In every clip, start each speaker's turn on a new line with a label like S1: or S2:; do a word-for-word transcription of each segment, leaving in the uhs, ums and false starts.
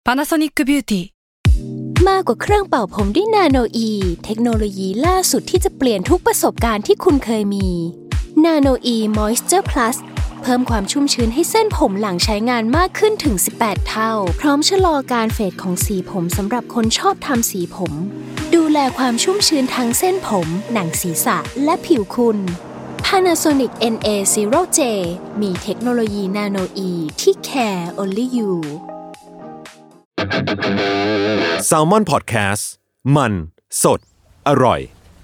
S1: Panasonic Beauty
S2: มากกว่าเครื่องเป่าผมด้วยนาโนอีเทคโนโลยีล่าสุดที่จะเปลี่ยนทุกประสบการณ์ที่คุณเคยมีนาโนอีมอยส์เจอร์พลัสเพิ่มความชุ่มชื้นให้เส้นผมหลังใช้งานมากขึ้นถึงสิบแปดเท่าพร้อมชะลอการเฟดของสีผมสำหรับคนชอบทำสีผมดูแลความชุ่มชื้นทั้งเส้นผมหนังศีรษะและผิวคุณ Panasonic เอ็น เอ ศูนย์ เจ มีเทคโนโลยีนาโนอีที่ care only you
S3: Salmon Podcast มันสดอร่อย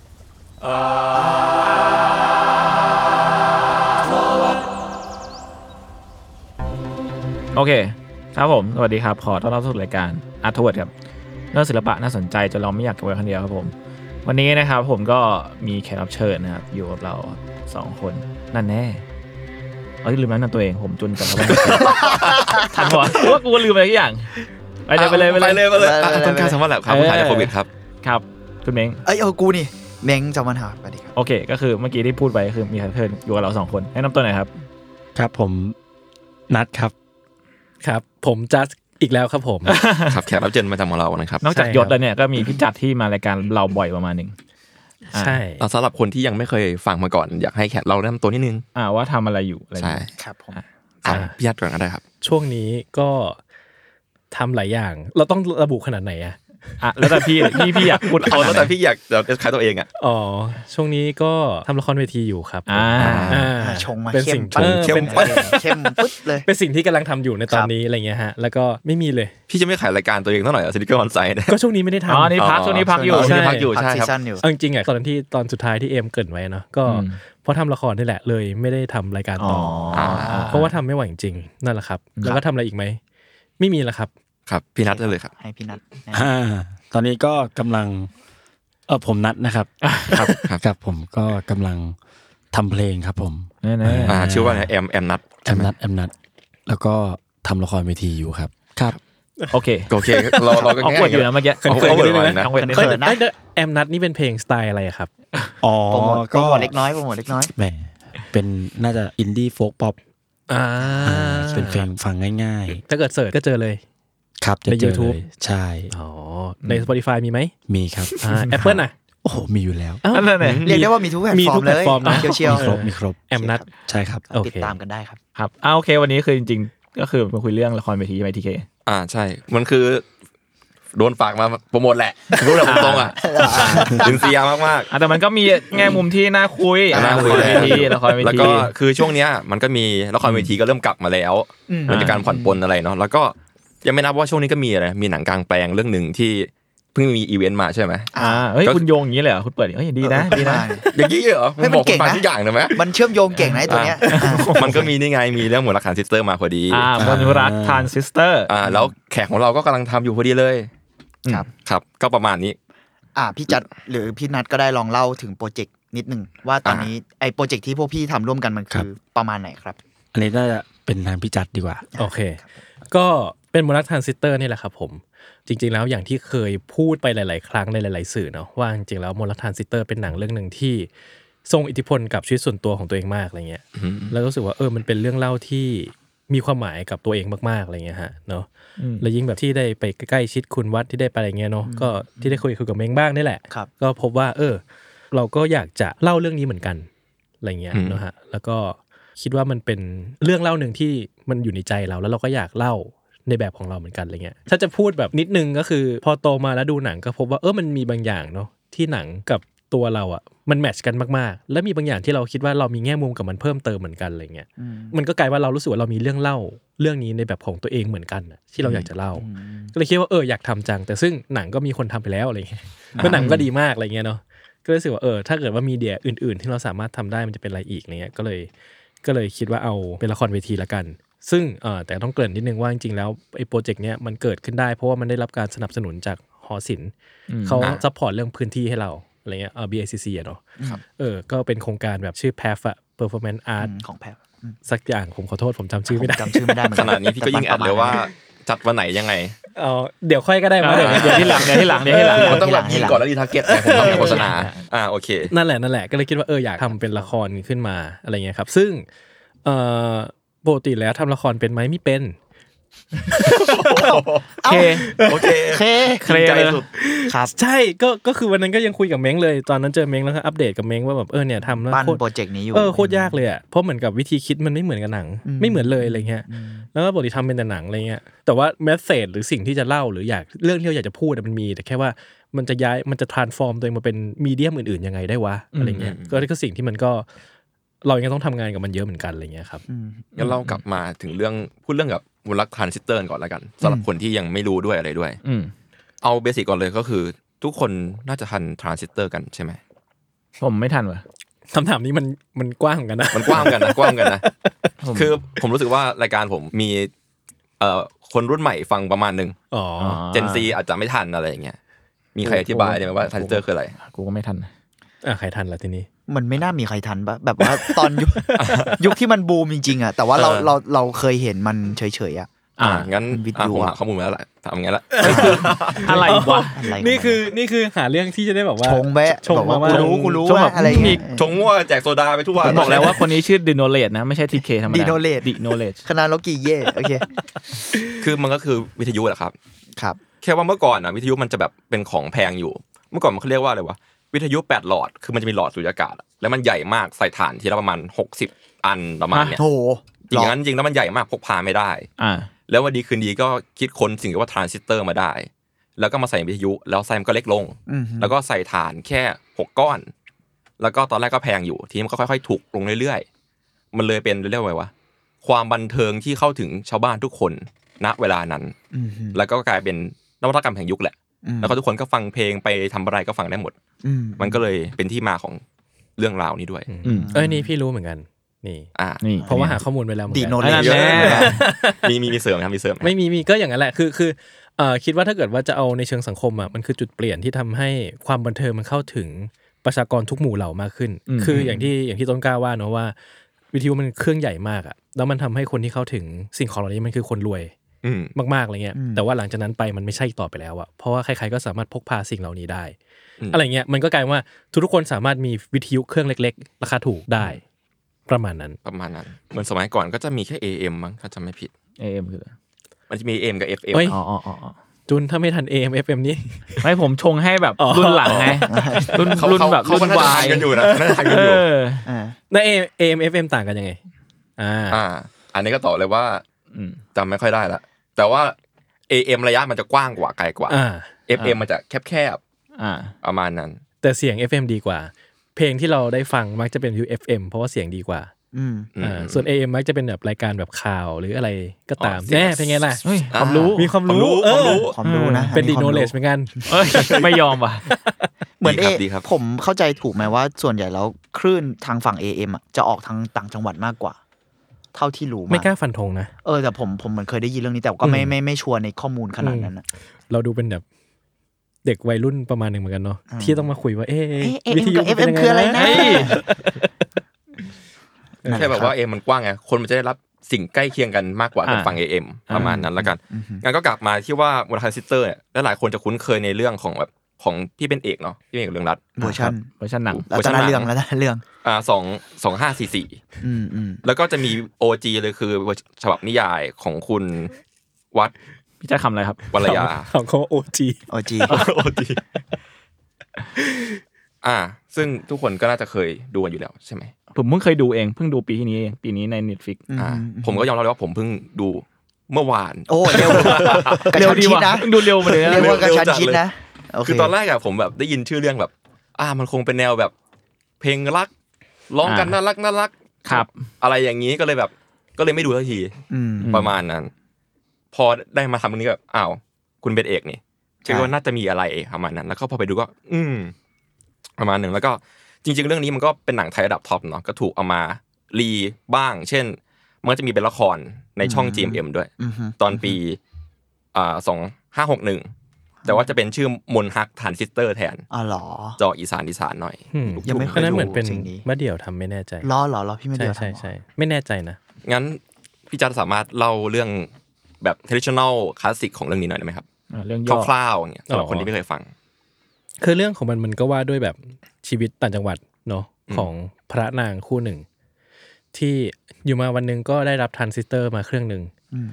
S4: โอเคครับผมสวัสดีครับขอต้อนรับสู่รายการ Art Towards ครับเรื่องศิลปะน่าสนใจจนเราไม่อยากเก็บไว้คนเดียวครับผมวันนี้นะครับผมก็มีแขกรับเชิญนะครับอยู่กับเราสองคนนั่นแน่เอ้ยลืมแนะนำตัวเองผมจุนกันแล้วทันบ่ว่ากูลืมอะไรทุกอย่างไปเลยไปเลยไปเลย
S5: ไปเลยต้นกล้าสมวัติแหละครับผู้หายจากโควิดครับ
S4: ครับคุณเม้ง
S6: เอ้ยเออกูนี่เม้งจอมันหาสวัสดีครับ
S4: โอเคก็คือเมื่อกี้ที่พูดไปคือมีแขกรับเชิญอยู่กับเราสองคนแนะนำตัวหน่อยครับ
S7: ครับผมนัทครับครับผมจัสอีกแล้วครับผม
S5: ครับแขกรับเชิญมาจากของเรานะครับ
S4: นอกจากยศแล้วเนี่ยก็มีพี่จัดที่มารายการเราบ่อยประมาณนึง
S7: ใช่
S5: สำหรับคนที่ยังไม่เคยฟังมาก่อนอยากให้แขกเราแนะนำตัวนิดนึง
S4: อ่าว่าทำอะไรอยู่อะไรอย่าง
S5: เงี้ย
S6: ครับผม
S5: อ่าพี่ยัดก่อนก็ได้ครับ
S7: ช่วงนี้ก็ทำหลายอย่างเราต้องระบุขนาดไหนอะ
S4: อ่ะแล้วแต่พี่พี่พี่อยากพูด
S5: เอาแล้วแต่พี่อยากจะขายตัวเองอ่ะ
S7: อ๋อช่วงนี้ก็ทำละครเวทีอยู่ครับ
S4: อ่า
S6: ชงมา
S7: เป็นสิ่ง
S6: เข้มเข้มปึ๊ดเลย
S7: เป็นสิ่งที่กำลังทำอยู่ในตอนนี้อะไรเงี้ยฮะแล้วก็ไม่มีเลย
S5: พี่จะไม่ขายรายการตัวเองเท่าไหร่อ่ะสติกเกอร์ออนไซต์
S7: ก็ช่วงนี้ไม่ได้ทำ
S4: อ๋อนี่พักช่วงนี้พักอยู่
S5: ช่วงนี้พักอยู่ใช่ครับ
S7: จริงๆอ่ะตอนที่ตอนสุดท้ายที่เอ็มเกริ่นไว้เนาะก็เพราะทำละครนี่แหละเลยไม่ได้ทำรายการต่อเพราะว่าทำไม่ไหวจริงนั่นแหละครับแล้วก็ทำอะไรอีกไหมไม่มีแล้วครับ
S5: ครับพี่นัทได้เลยครับ
S6: ให้พี่นัท
S7: อ่าตอนนี้ก็กำลังเออผมนัทนะครับ
S5: ครับ
S7: ครับผมก็กำลังทำเพลงครับผม
S4: แน่
S5: ๆอ่าชื่อว่าแอมแอมนัท
S7: แอมนัทแอมนัทแล้วก็ทำละครเวทีอยู่ครับ
S4: ครับโอเค
S5: โอเคเราเราก็
S4: แง่อยู่นะเมื่อกี้
S5: เขินๆเลยนะ
S7: เขินนะแอมนัทนี่เป็นเพลงสไตล์อะไรครับ
S6: อ๋อก็เล็กน้อยโปรโมทเล็กน้อย
S7: แหมเป็นน่าจะอินดี้โฟล์คป๊อปอ่าเป็นเพลงฟังง่ายๆถ้าเกิดเสิร์ชก็เจอเลยครับใน YouTube ใช่อ๋อใน Spotify มีไหมมีครับอ่า Apple น่ะโอ้โหมีอยู่แล้ว
S4: นั่นแหละ
S6: เรียกได้ว่ามีทุกแพลตฟอร์มเลยเชียวๆ
S7: มีครบมีครบแอมนัทใช่ครับ
S6: ติดตามกันได้ครับ
S4: ครับอ่าโอเควันนี้คือจริงๆก็คือมาคุยเรื่องละครเวทีใช่มั้ย ที เค
S5: อ่าใช่มันคือโดนฝากมาโปรโมทแหละรู้แหละตรงๆอ่ะถึงเสียมาก
S4: ๆแต่มันก็มีแง่มุมที่น่าคุย
S5: น่าคุย
S4: เวทีละครเวที
S5: แล้วก็คือช่วงเนี้ยมันก็มีละครเวทีก็เริ่มกลับมาแล้วมันจะการผ่อนปลนอะไรเนาะแล้วก็ยังไม่นับว่าช่วงนี้ก็มีอะไรมีหนังกลางแปลงเรื่องนึงที่เพิ่งมีอีเวนต์มาใช่ไหม
S4: อ่าเฮ้ยคุณโยงอย่างนี้เลยเหรอคุณเปิดเฮ้ยดีนะดีนะ
S5: อย่างนี้เหรอ
S6: ให้มันเก่งนะ
S5: ทุกอย่างเลยไหม
S6: มันเชื่อมโยงเก่งนะตัวเนี้ย
S5: มันก็มีนี่ไงมีเรื่องมนต์รักทรานซิสเตอร์มาพอดี
S4: อ่ามนต์รักทรานซิสเตอร์
S5: อ่าแล้วแขกของเราก็กำลังทำอยู่พอดีเลย
S6: ครับ
S5: ครับก็ประมาณนี้
S6: อ่าพี่จัดหรือพี่นัทก็ได้ลองเล่าถึงโปรเจกต์นิดนึงว่าตอนนี้ไอ้โปรเจกต์ที่พวกพี่ทำร่วมกันมันคือประมาณไหนครับ
S7: อันนี้น่าจะเป็นทางพี่จัดดีกว่าโอเคก็เป็นมนต์รักทรานซิสเตอร์นี่แหละครับผมจริงๆแล้วอย่างที่เคยพูดไปหลายๆครั้งในหลายๆสื่อเนาะว่าจริงๆแล้วมนต์รักทรานซิสเตอร์เป็นหนังเรื่องนึงที่ทรงอิทธิพลกับชีวิตส่วนตัวของตัวเองมากอะไรเงี้ยแล้วรู้สึกว่าเออมันเป็นเรื่องเล่าที่มีความหมายกับตัวเองมากๆอะไรเงี้ยฮะเนาะแล้วยิ่งแบบที่ได้ไปใกล้ชิดคุณวัดที่ได้ไปอะไรเงี้ยเนาะก็ที่ได้คุยคุยกับเม้งบ้างนี่แหละก็พบว่าเออเราก็อยากจะเล่าเรื่องนี้เหมือนกันอะไรเงี้ยเนาะฮะแล้วก็คิดว่ามันเป็นเรื่องเล่านึงที่มันอยู่ในใจเราแล้วเราก็อยากเล่าในแบบของเราเหมือนกันอะไรเงี้ยถ้าจะพูดแบบนิดนึงก็คือพอโตมาแล้วดูหนังก็พบว่าเออมันมีบางอย่างเนาะที่หนังกับตัวเราอ่ะมันแมทช์กันมากๆและมีบางอย่างที่เราคิดว่าเรามีแง่มุมกับมันเพิ่มเติมเหมือนกันอะไรเงี้ยมันก็กลายว่าเรารู้สึกว่าเรามีเรื่องเล่าเรื่องนี้ในแบบของตัวเองเหมือนกันน่ะที่เราอยากจะเล่าก็เลยคิดว่าเอออยากทำจังแต่ซึ่งหนังก็มีคนทำไปแล้วอะไรเงี้ยก็หนังก็ดีมากอะไรเงี้ยเนาะก็รู้สึกว่าเออถ้าเกิดว่ามีเดียอื่นๆที่เราสามารถทำได้มันจะเป็นอะไรอีกอะไรเงี้ยก็เลยก็เลยคิดว่าเอาเป็นละครเวทีละกันซึ่งเอ่อแต่ต้องเกริ่นนิดนึงว่าจริงๆแล้วไอ้โปรเจกต์เนี้ยมันเกิดขึ้นได้เพราะว่ามันได้รับการสนับสนุนจากหอศิลป์เขาซัพพอร์ตเรื่องพื้นที่ให้เราอะไรเงี้ยเอ่อ บี เอ ซี ซี อ่ะเนาะเออก็เป็นโครงการแบบชื่อ พี เอ เอฟ อ่ะ Performance Art
S6: ของ พี เอ เอฟ
S7: สักอย่างผมขอโทษผมจำชื่อไม่ได้
S6: จำชื่อไม่ได้เหมือนกัน
S5: ขนาดนี้พี่ก็ยิ่งแอดเลยว่าจัดวันไหนยังไง
S7: เอ่อเดี๋ยวค่อยก็ได้มาเดี๋ยว
S4: เดี๋ยวที่หลังเดี๋ยวที่หลังเดี๋ยวที่หลัง
S5: มันต้องแบบยิงก่อนแล้วรีทาร์เก็ตผมทำโฆษณาอ่าโอเค
S7: นั่นแหละนั่นแหละก็เลยคิดว่าเอออยากทำเป็นละครขึ้นมาอะไรเงี้ยครับซึ่งเอ่อปกติแล้วทำละครเป็นไหมไม่เป็น
S4: เค
S5: โอเค
S6: เค
S4: เคล
S5: ใจ
S4: เลย
S5: สุด
S6: ครับ
S7: ใช่ก็ก็คือวันนั้นก็ยังคุยกับเม้งเลยตอนนั้นเจอเม้งแล้วก็อัปเดตกับเม้งว่าแบบเออเนี่ยทำแล้ว
S6: ปั้น
S7: โคตร
S6: โปรเจกต์นี้อยู่
S7: เออโคตรยากเลยอ่ะเพราะเหมือนกับวิธีคิดมันไม่เหมือนกับหนังไม่เหมือนเลยอะไรเงี้ยแล้วก็ปกติทำเป็นแต่หนังอะไรเงี้ยแต่ว่าแมสเสจหรือสิ่งที่จะเล่าหรืออยากเรื่องที่เราอยากจะพูดมันมีแต่แค่ว่ามันจะย้ายมันจะ transform ตัวเองมาเป็นมีเดียมอื่นๆยังไงได้วะอะไรเงี้ยก็นี่ก็สิ่งที่มันก็เรายังต้องทำงานกับมันเยอะเหมือนกันอะไรเงี้ยครับ
S5: งั้นเรากลับมาถึงเรื่องพูดเรื่องกับมูลค่าทรานซิสเตอร์ก่อนแล้วกันสำหรับคนที่ยังไม่รู้ด้วยอะไรด้วย
S4: อืม
S5: เอาเบสิกก่อนเลยก็คือทุกคนน่าจะทันทรานซิสเตอร์กันใช่ไหม
S4: ผมไม่ทันว่ะ
S7: คำถามนี้มันมันกว้างเหมือนกันนะ
S5: มันกว้างกันนะกว้างกันนะคือผมรู้สึกว่ารายการผมมีเอ่อคนรุ่นใหม่ฟังประมาณนึง
S7: อ๋อ
S5: เจนซีอาจจะไม่ทันอะไรอย่างเงี้ยมีใครอธิบายได้ไหมว่าทรานซิสเตอร์คืออะไร
S4: กูก็ไม่ทัน
S7: อ่ะใครทันละทีนี้
S6: มันไม่น่ามีใครทันปะแบบว่าตอนยุค ยุคที่มันบูมจริงๆอ่ะแต่ว่าเราเราเราเคยเห็นมันเฉยๆอ่ะ
S5: อ่างั้น
S6: วิท
S5: อ่ะ
S6: ยุ
S5: ผมหาข้อมูลมาแล้วแหละทำงั้นละ
S4: อะไรวะ
S6: อะไร
S7: นี่คือนี่คือหาเรื่องที่จะได้แบบว่า
S6: ชงแวะ
S7: ชงมาว่า
S6: กูรู้กูรู้
S4: ชงแบบ
S6: ว่าอะไรเงี้ย
S5: ชงมั่วแจกโซดาไปทั่ว
S4: ผมบอกแล้วว่าคนนี้ชื่อดิโนเลดนะไม่ใช่ทีเคธรรมดา
S6: Dinolate
S4: ดิโนเลด
S6: คณะโลกีเย่โอเค
S5: คือมันก็คือวิทยุแหละครับ
S6: ครับ
S5: แค่ว่าเมื่อก่อนอ่ะวิทยุมันจะแบบเป็นของแพงอยู่เมื่อก่อนมันเขาเรียกว่าอะไรวะวิทยุแปดหลอดคือมันจะมีหลอดสูญญากาศแล้วมันใหญ่มากใส่ถ่านทีละประมาณหกสิบอันประมาณเนี้ย
S6: โอ้โห
S5: จริงๆนั้นจริงแล้วมันใหญ่มากพกพาไม่ได้
S4: อ่า
S5: แล้ววันดีคืนดีก็คิดค้นสิ่งที่ว่าทรานซิสเตอร์มาได้ แล้วก็มาใส่วิทยุแล้วไซส์มันก็เล็กลง
S6: อืม
S5: แล้วก็ใส่ถ่านแค่หกก้อน แล้วก็ตอนแรกก็แพงอยู่ทีนี้มันก็ค่อยๆถูกลงเรื่อยๆมันเลยเป็นเรียกว่าไงวะความบันเทิงที่เข้าถึงชาวบ้านทุกคนณเวลานั้น
S6: อืม
S5: แล้วก็กลายเป็นนวัตกรรมแห่งยุคแหละ
S6: อืม
S5: แล้วก็ทุกคนก็ฟังเพลงไปทำอะไรก็ฟังได้หมด
S6: อืม
S5: มันก็เลยเป็นที่มาของเรื่องราวนี้ด้วย
S4: อืม
S7: เอ้ยนี่พี่รู้เหมือนกันนี่
S5: อ่า
S4: นี่
S7: เพราะว่าหาข้อมูลไว้แล้วเหมือน
S6: ดี
S7: กั
S6: โน
S7: น
S6: เล
S4: นั่น
S6: เย
S4: แน่
S6: อะ
S5: มีมีมีเสริมครับมีเสริมไหม
S7: ไม่มีมีก็อย่างนั้นแหละคือคือเอ่อคิดว่าถ้าเกิดว่าจะเอาในเชิงสังคมอ่ะมันคือจุดเปลี่ยนที่ทำให้ความบันเทิงมันเข้าถึงประชากรทุกหมู่เหล่ามากขึ้น คืออย่างที่อย่างที่ต้นกล้าว่าเนอะว่าวิทยุมันเครื่องใหญ่มากอ่ะแล้วมันทำให้คนที่เข้าถึงสิ่งของเหล่านี้มันคือคนรวย
S5: อืม
S7: มากๆอะไรเงี้ยแต่ว่าหลังจากนั้นไปมันไม่ใช่ต่อไปแล้วอ่ะเพราะว่าใครๆก็สามารถพกพาสิ่งเหล่านี้ได้
S5: อืม
S7: อะไรเงี้ยมันก็กลายว่าทุกๆคนสามารถมีวิทยุเครื่องเล็กๆราคาถูกได้ประมาณนั้น
S5: ประมาณนั้นเหมือนสมัยก่อนก็จะมีแค่ เอ เอ็ม มั้งถ้าจำไม่ผิด
S4: เอ็มคือ
S5: มันจะมี เอ็ม กับ เอฟ เอ็ม
S7: เฮ้ย
S4: อ๋ออ๋ออ๋อ
S7: จุนถ้าไม่ทัน เอ เอ็ม เอฟ เอ็ม นี่
S4: ไม่ผมชงให้แบบ
S7: อ๋อ
S4: รุ่นหลังไงรุ่น
S5: เขา
S4: รุ่น
S5: เขา
S4: แบบ
S5: เขา
S4: รุ่น
S5: ก็น่าจะ
S4: วา
S5: ทาย
S4: ย
S5: กันอยู่นะน่าจะทายกัน
S4: เอ
S5: อยู่
S4: อ
S6: อ่า
S7: แล้ว เอ เอ็ม เอฟ เอ็ม ต่างกันยังไงอ่า
S5: อ่า อันนี้ก็ตอบเลยว่า
S4: อืม
S5: จำไม่ค่อยได้ละแต่ว่า เอ เอ็ม ระยะมันจะกว้างกว่าไกลกว่า
S7: อ่า
S5: เอฟ เอ็ม มันจะแคบ
S4: อ่า
S5: ๆประมาณนั้น
S7: แต่เสียง เอฟ เอ็ม ดีกว่า เพลงที่เราได้ฟังมักจะเป็นวิทยุ เอฟ เอ็ม เพราะว่าเสียงดีกว่า
S6: อืม
S7: อ่าส่วน เอ เอ็ม มักจะเป็นแบบรายการแบบข่าวหรืออะไรก็ตาม
S5: อ๋อเสียง
S7: แน่เป็นไงล่ะ
S4: เฮ้ย
S5: อ่า
S4: ความรู้
S7: มีความรู้
S5: ความรู้
S7: เออ
S6: ความรู้นะ
S7: เป็น
S6: อั
S7: ดี
S6: ควา
S7: โน
S6: มรู้
S7: เลจเหมือนกัน
S4: เอ้ยไม่ยอมว่ะ
S6: เหมือน
S5: ดี
S6: เอ
S5: ครับดีครับ
S6: ผมเข้าใจถูกไหมว่าส่วนใหญ่แล้วคลื่นทางฝั่ง เอ เอ็ม อ่ะจะออกทางต่างจังหวัดมากกว่า เท่าที่รู้มา
S7: ไม่กล้าฟันธงนะ
S6: เออแต่ผมผมเหมือนเคยได้ยินเรื่องนี้แต่ก็ไม่ไม่ไม่ชัวร์ในข้อมูลขนาดนั้นนะ
S7: เราดูเป็นแบบเด็กวัยรุ่นประมาณหนึ่งเหมือนกันเนาะ
S6: อ่า
S7: ที่ต้องมาคุยว่าเอ๊ะ
S6: เอ๊ะ
S7: วิทยุ
S6: เอ็มกับ เอฟ เอ็ม คืออะไรนะ
S7: เฮ้ย
S5: แค่แบบว่าเอมันกว้างไงคนมันจะได้รับสิ่งใกล้เคียงกันมากกว่าทางฝั่ง เอ เอ็ม ประมาณนั้นแล้วกันงั้นก็กลับมาที่ว่ามูลค่าซิสเตอร์เนี่ยหลายๆคนจะคุ้นเคยในเรื่องของแบบของพี่เป็นเอกเนาะพี่เป็นเอกเรื่องรัฐ
S6: เวอร์ชัน
S4: เวอร์ชันหนัง
S6: แล้วแต่ละเรื่องแล้วแต่ละเรื่อง
S5: อ่าสองสองห้าสี่สี่
S6: อืมอืม
S5: แล้วก็จะมี โอ จี เลยคือฉบับนิยายของคุณวัด
S4: พี่จะคำอะไรครับ
S5: วรยา
S7: ของเขาโอจี
S6: โอจี
S5: โอ จี อ่า ซึ่งทุกคนก็น่าจะเคยดูกันอยู่แล้วใช่ไหม
S4: ผมเพิ่งเคยดูเองเพิ่งดูปีนี้เองปีนี้ใน Netflix
S5: อ่า ผมก็ยอมรับเลยว่าผมเพิ่งดูเมื่อวาน
S6: โอ้เร็วกระ
S4: เร็ว
S6: ชั้น
S4: ดี
S6: ชิด
S4: ว่ะ
S6: นะ
S4: เพิ่งดูเร็วมาเลยนะ
S6: เรียกว่ากระชั้น
S5: เร็วจัด
S6: ชิด
S5: เลย
S6: นะโอเค
S5: คือตอนแรกอะผมแบบได้ยินชื่อเรื่องแบบ อ่า มันคงเป็นแนวแบบ เพลงรักร้องกันน่ารักน่ารัก
S4: ครับ
S5: อะไรอย่างนี้ก็เลยแบบ ก็เลยไม่ดูทันที
S6: อืม
S5: ประมาณนั้น พอได้มาทำตรงนี้แบบอ้าวคุณเป็นเอกนี่คิดว่าน่าจะมีอะไรประมาณนั้น แล้วก็พอไปดูก็ อืม ประมาณหนึ่งแล้วก็จริง ๆ เรื่องนี้มันก็เป็นหนังไทยระดับท็อปเนาะก็ถูกเอามารีบ้าง เช่น มันก็จะมีเป็นละครในช่อง จี เอ็ม เอ็ม ด้วย
S6: อือฮึ
S5: ตอนปีอ่าสองห้าหกหนึ่งแต่ว่าจะเป็นชื่อมนฮักทรานซิสเตอร์แทน
S6: อ๋อเหรอ
S5: จออีสานอีสานหน่อย
S6: ยังไม่เคย
S7: อันนั้นเหมือนเป็น
S6: ดูสิ่งนี้
S7: มะเดี่ยวทำไม่แน่ใจ
S6: ล้อเหรอล้อพี่ไม่
S7: ใช่
S6: เดียว
S7: ใช่
S6: ทำเหรอ
S7: ใช่ไม่แน่ใจนะ
S5: งั้นพี่จัดสามารถเล่าเรื่องแบบ traditional คลาสสิกของเรื่องนี้หน่อยได้ไหมครับ
S4: อ่าเรื่องย่อ
S5: คร่าวๆอย่างเงี้ยสำหรับคนที่ไม่เคยฟัง
S7: คือเรื่องของมันมันก็ว่าด้วยแบบชีวิตต่างจังหวัดเนาะของพระนางคู่หนึ่ง ที่อยู่มาวันหนึ่งก็ได้รับทรานซิสเตอร์มาเครื่องหนึ่ง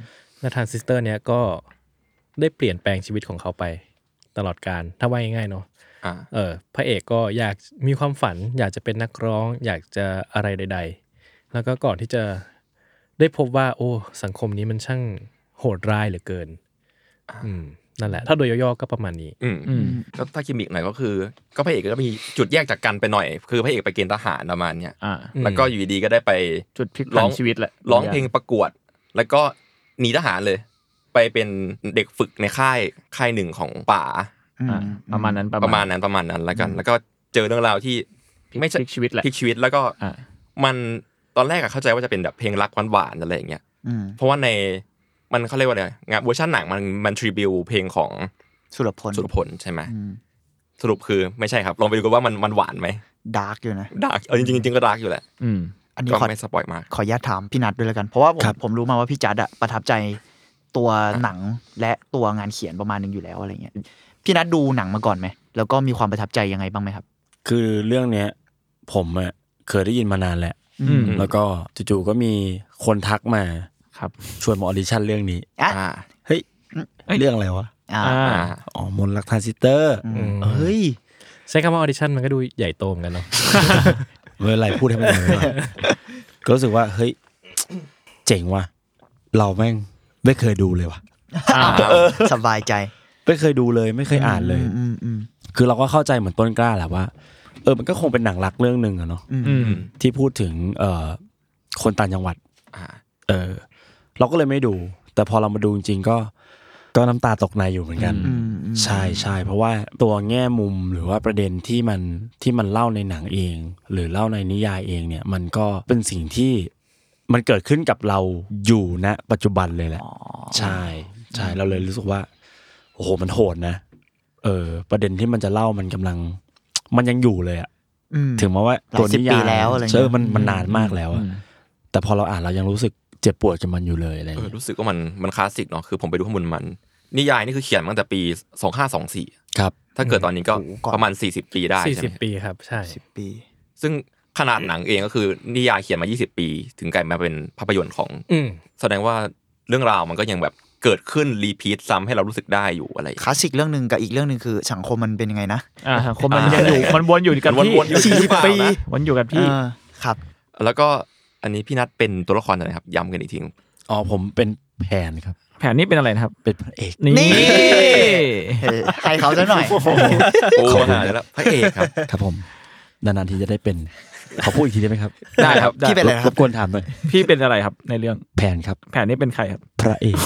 S7: และทรานซิสเตอร์เนี้ยก็ได้เปลี่ยนแปลงชีวิตของเขาไปตลอดกาลถ้าว่าง่ายๆเนาะเออพระเอกก็อยากมีความฝันอยากจะเป็นนักร้องอยากจะอะไรใดๆแล้วก็ก่อนที่จะได้พบว่าโอ้สังคมนี้มันช่างโหดร้ายเหลือเกินอืมนั่นแหละถ้าโดยย่อๆก็ประมาณนี้
S5: อืมก็ถ้าคิมมิกหน่อยก็คือก็พระเอกก็มีจุดแยกจากกันไปหน่อยคือพระเอกไปเกณฑ์ทหารประมาณเนี้ยแล้วก็อยู่ดีๆก็ได้ไป
S4: จุดพลิกผันชีวิตแหละ
S5: ร้องเพลงประกวดแล้วก็หนีทหารเลยไปเป็นเด็กฝึกในค่ายค่ายหนึ่งของป่า
S4: ประมาณนั้น
S5: ประมาณนั้นประมาณนั้นแล้วกันแล้วก็เจอเรื่องราวที่
S4: ไม่ใช่พลิกชีวิตแหละ
S5: พลิกชีวิตแล้วก็มันตอนแรกอะเข้าใจว่าจะเป็นแบบเพลงรักหวานๆอะไรอย่างเงี้ยเพราะว่าในมันเขาเรียกว่าอะไรงานเวอร์ชันหนังมันมันทริบิวเพลงของ
S6: สุรพล
S5: สุรพลใช่ไหมสรุปคือไม่ใช่ครับลองไปดูกันว่ามันมันหวานไหม
S6: ดาร์กอยู่นะ
S5: ดาร์กเออจริงจริงก็ดาร์กอยู่แหละ
S6: อันนี้
S5: ก็ไม่สปอยมาก
S6: ขออนุญาตถามพี่นัทด้วยแล้วกันเพราะว่าผมผมรู้มาว่าพี่จัดอะประทับใจตัวหนังและตัวงานเขียนประมาณนึงอยู่แล้วอะไรเงี้ยพี่นัทดูหนังมาก่อนไหมแล้วก็มีความประทับใจยังไงบ้างไหมครับ
S1: คือเรื่องเนี้ยผมอะเคยได้ยินมานานแล้วแล้วก็จู่ๆก็มีคนทักมา
S4: ครับ
S1: ชวนมาออดิชั่นเรื่องนี้อ่าเฮ้ยเรื่องอะไรวะอ่าอ๋อมนต์รักทรานซิสเตอร์
S6: เฮ้ย
S7: ใช้คำว่าออดิชั่นมันก็ดูใหญ่โตเหมือนกันเนาะ
S1: เมื่อไรพูดให้มันเลยก็รู้สึกว่าเฮ้ยเจ๋งว่ะเราแม่งไม่เคยดูเลยว่ะ
S6: สบายใจ
S1: ไม่เคยดูเลยไม่เคยอ่านเลยคือเราก็เข้าใจเหมือนต้นกล้าแหละว่าเออมันก็คงเป็นหนังรักเรื่องนึงอะเนาะที่พูดถึงเอ่อคนต่างจังหวัดเออเราก็เลยไม่ดูแต่พอเรามาดูจริงๆก็ก็น้ำตาตกในอยู่เหมือนกันใช่ใช่เพราะว่าตัวแง่มุมหรือว่าประเด็นที่มันที่มันเล่าในหนังเองหรือเล่าในนิยายเองเนี่ยมันก็เป็นสิ่งที่มันเกิดขึ้นกับเราอยู่ณปัจจุบันเลยแหละใช่ใช่เราเลยรู้สึกว่าโอ้โหมันโหดนะเออประเด็นที่มันจะเล่ามันกำลังมันยังอยู่เลยอะถึงแม้ว่าตัวนิยายเออมันมันนานมากแล้วอะแต่พอเราอ่านเรายังรู้สึกเจ็บปวดกับมันอยู่เลยอะไรอย่างเงี้ย
S5: รู้สึกว่ามันมันคลาสสิกเนาะคือผมไปดูข้อมูลมันนิยายนี่คือเขียนมาตั้งแต่ปีสองพันห้าร้อยยี่สิบสี่
S1: ครับ
S5: ถ้าเกิดตอนนี้ก็ประมาณสี่สิบปีได้ใช่มั้ย
S7: สี่สิบปีครับใช่
S6: สิบปี
S5: ซึ่งขนาดหนังเองก็คือนิยายเขียนมายี่สิบปีถึงกลายมาเป็นภาพยนตร์ของแสดงว่าเรื่องราวมันก็ยังแบบเกิดขึ้นรีพีทซ้ำให้เรารู้สึกได้อยู่อะไร
S6: คลาสสิกเรื่องนึงกับอีกเรื่องนึงคือสังคมมันเป็นยังไงนะ
S4: อ่าสังคมมันยังอยู่มันวนอยู่กับที่
S6: สี่สิบปี
S4: วนอยู่กับที่
S6: ครับ
S5: แล้วก็อันนี้พี่นัทเป็นตัวละครอะไรครับย้ำกันอีกที
S1: อ๋อผมเป็นแผนครับ
S4: แผนนี่เป็นอะไรนะครับ
S1: เป็นพระเอก
S6: นี่ให้เขาซะหน่อย
S5: โอ้หาแล้วพระเอกครับ
S1: ครับผมนานๆทีจะได้เป็นขอพูดอีกทีได้ไหมครับ
S4: ได้ครับ
S6: พี่เป็นอะไรครับ
S1: รบกวนถามหน่อย
S4: พี่เป็นอะไรครับในเรื่อง
S1: แผนครับ
S4: แผนนี่เป็นใครครับ
S1: พระเอก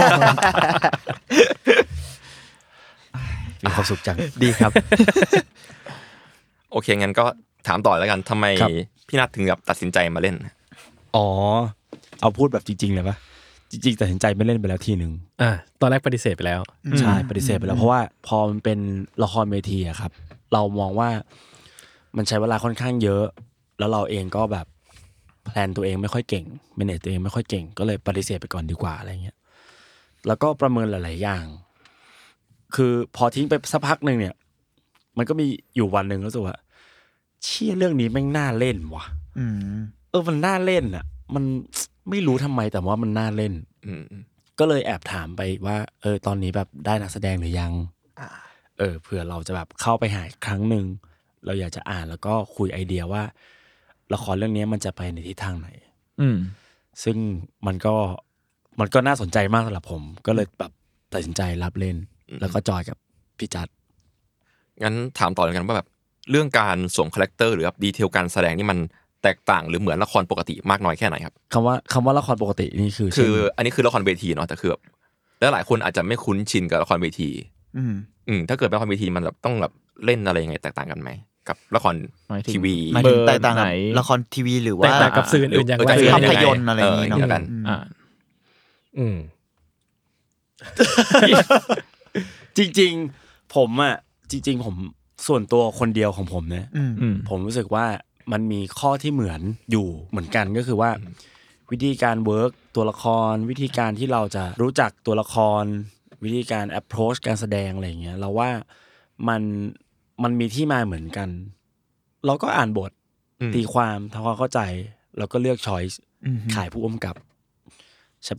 S1: มีความสุขจัง
S6: ดีครับ
S5: โอเคงั้นก็ถามต่อแล้วกันทำไมพี่นัทถึงแบบตัดสินใจมาเล่น
S1: อ๋อเอาพูดแบบจริงๆเลยปะจริงๆตัดสินใจไม่เล่นไปแล้วทีนึง
S7: อ่าตอนแรกปฏิเสธไปแล้ว
S1: ใช่ปฏิเสธไปแล้วเพราะว่าพอมันเป็นละครเวทีอะครับเรามองว่ามันใช้เวลาค่อนข้างเยอะแล้วเราเองก็แบบแพลนตัวเองไม่ค่อยเก่งแมเนจตัวเองไม่ค่อยเก่งก็เลยปฏิเสธไปก่อนดีกว่าอะไรเงี้ยแล้วก็ประเมินหลายๆอย่างคือพอทิ้งไปสักพักนึงเนี่ยมันก็มีอยู่วันนึงรู้สึกว่าเชี่ยเรื่องนี้แม่งน่าเล่นว่ะเออมันน่าเล่นอ่ะมันไม่รู้ทำไมแต่ว่ามันน่าเล่นก็เลยแอบถามไปว่าเออตอนนี้แบบได้นักแสดงหรือยังเออเผื่อเราจะแบบเข้าไปหาอีกครั้งนึงเราอยากจะอ่านแล้วก็คุยไอเดียว่าละครเรื่องนี้มันจะไปในทิศทางไหน
S4: อืม
S1: ซึ่งมันก็มันก็น่าสนใจมากสำหรับผมก็เลยแบบตัดสินใจรับเล่นแล้วก็จอยกับพี่จัด
S5: งั้นถามต่อเลยกันว่าแบบเรื่องการสวมคาแรคเตอร์หรือแบบดีเทลการแสดงนี่มันแตกต่างหรือเหมือนละครปกติมากน้อยแค่ไหนครับ
S1: คำว่าคำว่าละครปกตินี่คือ
S5: คืออันนี้คือละครเวทีเนาะแต่คือแบบแล้วหลายคนอาจจะไม่คุ้นชินกับละครเวที
S6: อืม
S5: อืมถ้าเกิดเป็นละครเวทีมันแบบต้องแบบเล่นอะไรยังไงแตกต่างกันไหมกับละครทีวี
S6: แตกต่างกับละครทีวีหรือว่าแต
S7: กต่างกับสื่ออื่นอย่างไร
S6: ภาพยนตร์อะไรอย่างงี้เนาะ
S7: อ่าอืม
S1: จริงๆผมอ่ะจริงๆผมส่วนตัวคนเดียวของผมเนี่ยผมรู้สึกว่ามันมีข้อที่เหมือนอยู่เหมือนกันก็คือว่าวิธีการเวิร์กตัวละครวิธีการที่เราจะรู้จักตัวละครวิธีการ approach การแสดงอะไรอย่างเงี้ยเราว่ามันมันมีที่มาเหมือนกันเราก็อ่านบทตีความทำความเข้าใจแล้วก็เลือก choice ขายผู้กำกับใช่ปะแต่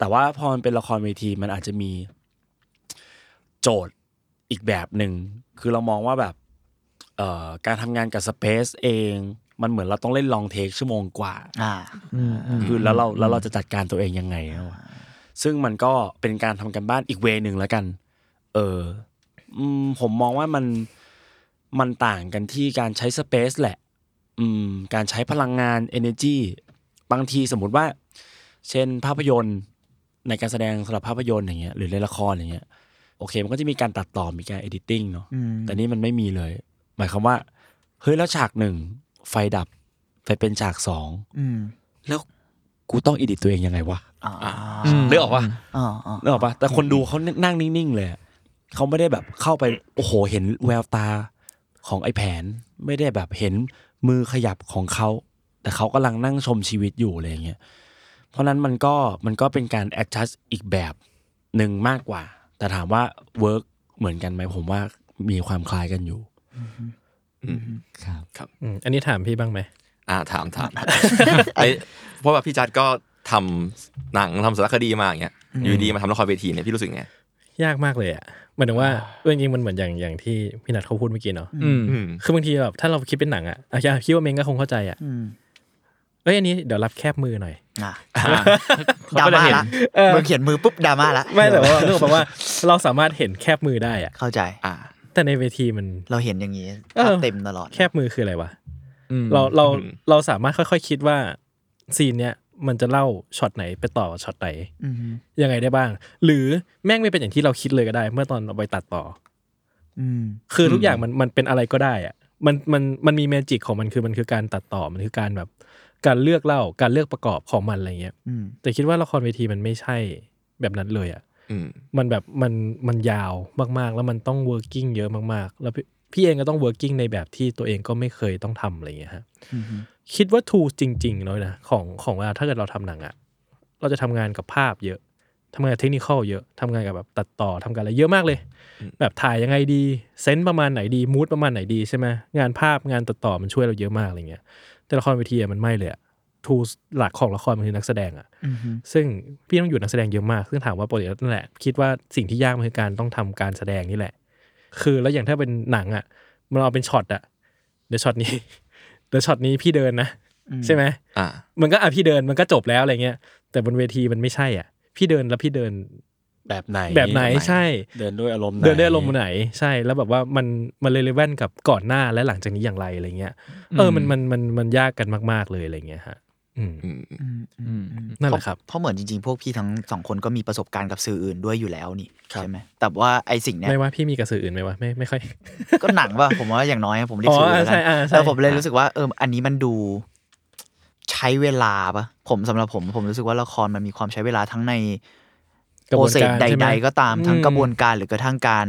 S1: แต่ว่าพอมันเป็นละครเวทีมันอาจจะมีโจทย์อีกแบบหนึ่งคือเรามองว่าแบบเอ่อการทำงานกับสเปซเองมันเหมือนเราต้องเล่นลองเทคชั่วโมงกว่าอ่าคือแล้วเราแล้วเราจะจัดการตัวเองยังไงซึ่งมันก็เป็นการทำกันบ้านอีกเวนึงแล้วกันเออผมมองว่ามันมันต่างกันที่การใช้สเปซแหละอืมการใช้พลังงาน energy บางทีสมมุติว่าเช่นภาพยนตร์ในการแสดงสำหรับภาพยนตร์อย่างเงี้ยหรือในละครอย่างเงี้ยโอเคมันก็จะมีการตัดต่อมีการ editing เนาะแต่นี่มันไม่มีเลยหมายความว่าเฮ้ยแล้วฉากหนึ่งไฟดับไปเป็นฉากสองแล้วกูต้อง edit ตัวเองยังไงวะนึกออกป่ะนึกออกป่ะแต่คนดูเขานั่งนิ่งๆเลยเขาไม่ได้แบบเข้าไปโอ้โหเห็นแววตาของไอ้แผนไม่ได้แบบเห็นมือขยับของเขาแต่เขากำลังนั่งชมชีวิตอยู่อะไรอย่างเงี้ยเพราะนั้นมันก็มันก็เป็นการ adjust อีกแบบหนึ่งมากกว่าแต่ถามว่า work เหมือนกันไหมผมว่ามีความคล้ายกันอยู่
S5: ครับครับ
S7: อันนี้ถามพี่บ้างไหม
S5: อ่าถามถามไอ้เพราะว่าพี่จัดก็ทำหนังทำสารคดีมาอย่างเงี้ยอยู่ดีมาทำละครเวทีเนี่ยพี่รู้สึกไง
S7: ยากมากเลยอ่ะหมายถึงว่าจริงๆมันเหมือนอย่างอย่างที่พี่นัทเขาพูดเมื่อกี้เนาะคือบางทีแบบถ้าเราคิดเป็นหนังอ่ะอาจจะคิดว่าเมงก็คงเข้าใจอ่ะเอ้ยอันนี้เดี๋ยวรับแคบมือหน่อย
S6: ดราม่าละมือเขียนมือปุ๊บดราม่าละ
S7: ไม่แต่ว่าเรื่องแบบว่าเราสามารถเห็นแคบมือได้อ่ะ
S6: เข้าใจอ่า
S7: แต่ในเวทีมัน
S6: เราเห็นอย่างนี้เต็มตลอด
S7: แคบมือคืออะไรวะเราเราเราสามารถค่อยๆคิดว่าซีนเนี้ยมันจะเล่าช็อตไหนไปต่อช็อตไหนยังไงได้บ้างหรือแม่งไม่เป็นอย่างที่เราคิดเลยก็ได้เมื่อตอนเอาไปตัดต่อคือทุกอย่างมันมันเป็นอะไรก็ได้อ่ะมันมันมันมีแมจิกของมันคือมันคือการตัดต่อมันคือการแบบการเลือกเล่าการเลือกประกอบของมันอะไรเงี้ยแต่คิดว่าละครเวทีมันไม่ใช่แบบนั้นเลยอ่ะมันแบบมันมันยาวมากๆแล้วมันต้อง working เยอะมากๆแล้วพี่เองก็ต้อง working ในแบบที่ตัวเองก็ไม่เคยต้องทำอะไรเงี้ยฮะคิดว่า tools จริงๆเลยนะของของเวลาถ้าเกิดเราทำหนังอ่ะเราจะทำงานกับภาพเยอะทำงานเทคนิคเยอะทำงานกับแบบตัดต่อทำกันอะไรเยอะมากเลยแบบถ่ายยังไงดีเซนส์ประมาณไหนดีมูดประมาณไหนดีใช่ไหมงานภาพงานตัดต่อมันช่วยเราเยอะมากอะไรเงี้ยแต่ละครเวทีมันไม่เลยอะทูสหลักของละครมันคือนักแสดงอ่ะซึ่งพี่ต้องอยู่นักแสดงเยอะมากซึ่งถามว่าปกตินั่นแหละคิดว่าสิ่งที่ยากมันคือการต้องทำการแสดงนี่แหละคือแล้วอย่างถ้าเป็นหนังอ่ะมันเอาเป็นช็อตอ่ะเดี๋ยวช็อตนี้เดี๋ยวช็อตนี้พี่เดินนะใช่ไหมอ่ามันก็อ่ะพี่เดินมันก็จบแล้วอะไรเงี้ยแต่บนเวทีมันไม่ใช่อ่ะพี่เดินแล้วพี่เดิน
S1: แบบไหน
S7: แบบไหนใช่
S1: เดินด้วยอารมณ์ไหน
S7: เดินด้วยอารมณ์ไหนใช่แล้วแบบว่ามันมันเรเลเวนต์กับก่อนหน้าและหลังจากนี้อย่างไรอะไรเงี้ยเออมันมันมันมันยากกันมากๆเลยอะไรเงี้ยฮะอืมนั่นแหละครับ
S6: เพราะเหมือนจริงๆพวกพี่ทั้งสองคนก็มีประสบการณ์กับสื่ออื่นด้วยอยู่แล้วนี่ใช่ไหมแต่ว่าไอสิ่งเนี้ย
S7: ไม่ว่าพี่มีกับสื่ออื่นไหมวะไม่ไม่ค่อย
S6: ก็หนังว่าผมว่าอย่างน้อยผมเรียกสื่อแล้วกันแล้วผมเลยรู้สึกว่าเอออันนี้มันดูใช้เวลาปะผมสำหรับผมผมรู้สึกว่าละครมันมีความใช้เวลาทั้งในโปรเซสใดๆก็ตามทั้งกระบวนการหรือกระทั่งการ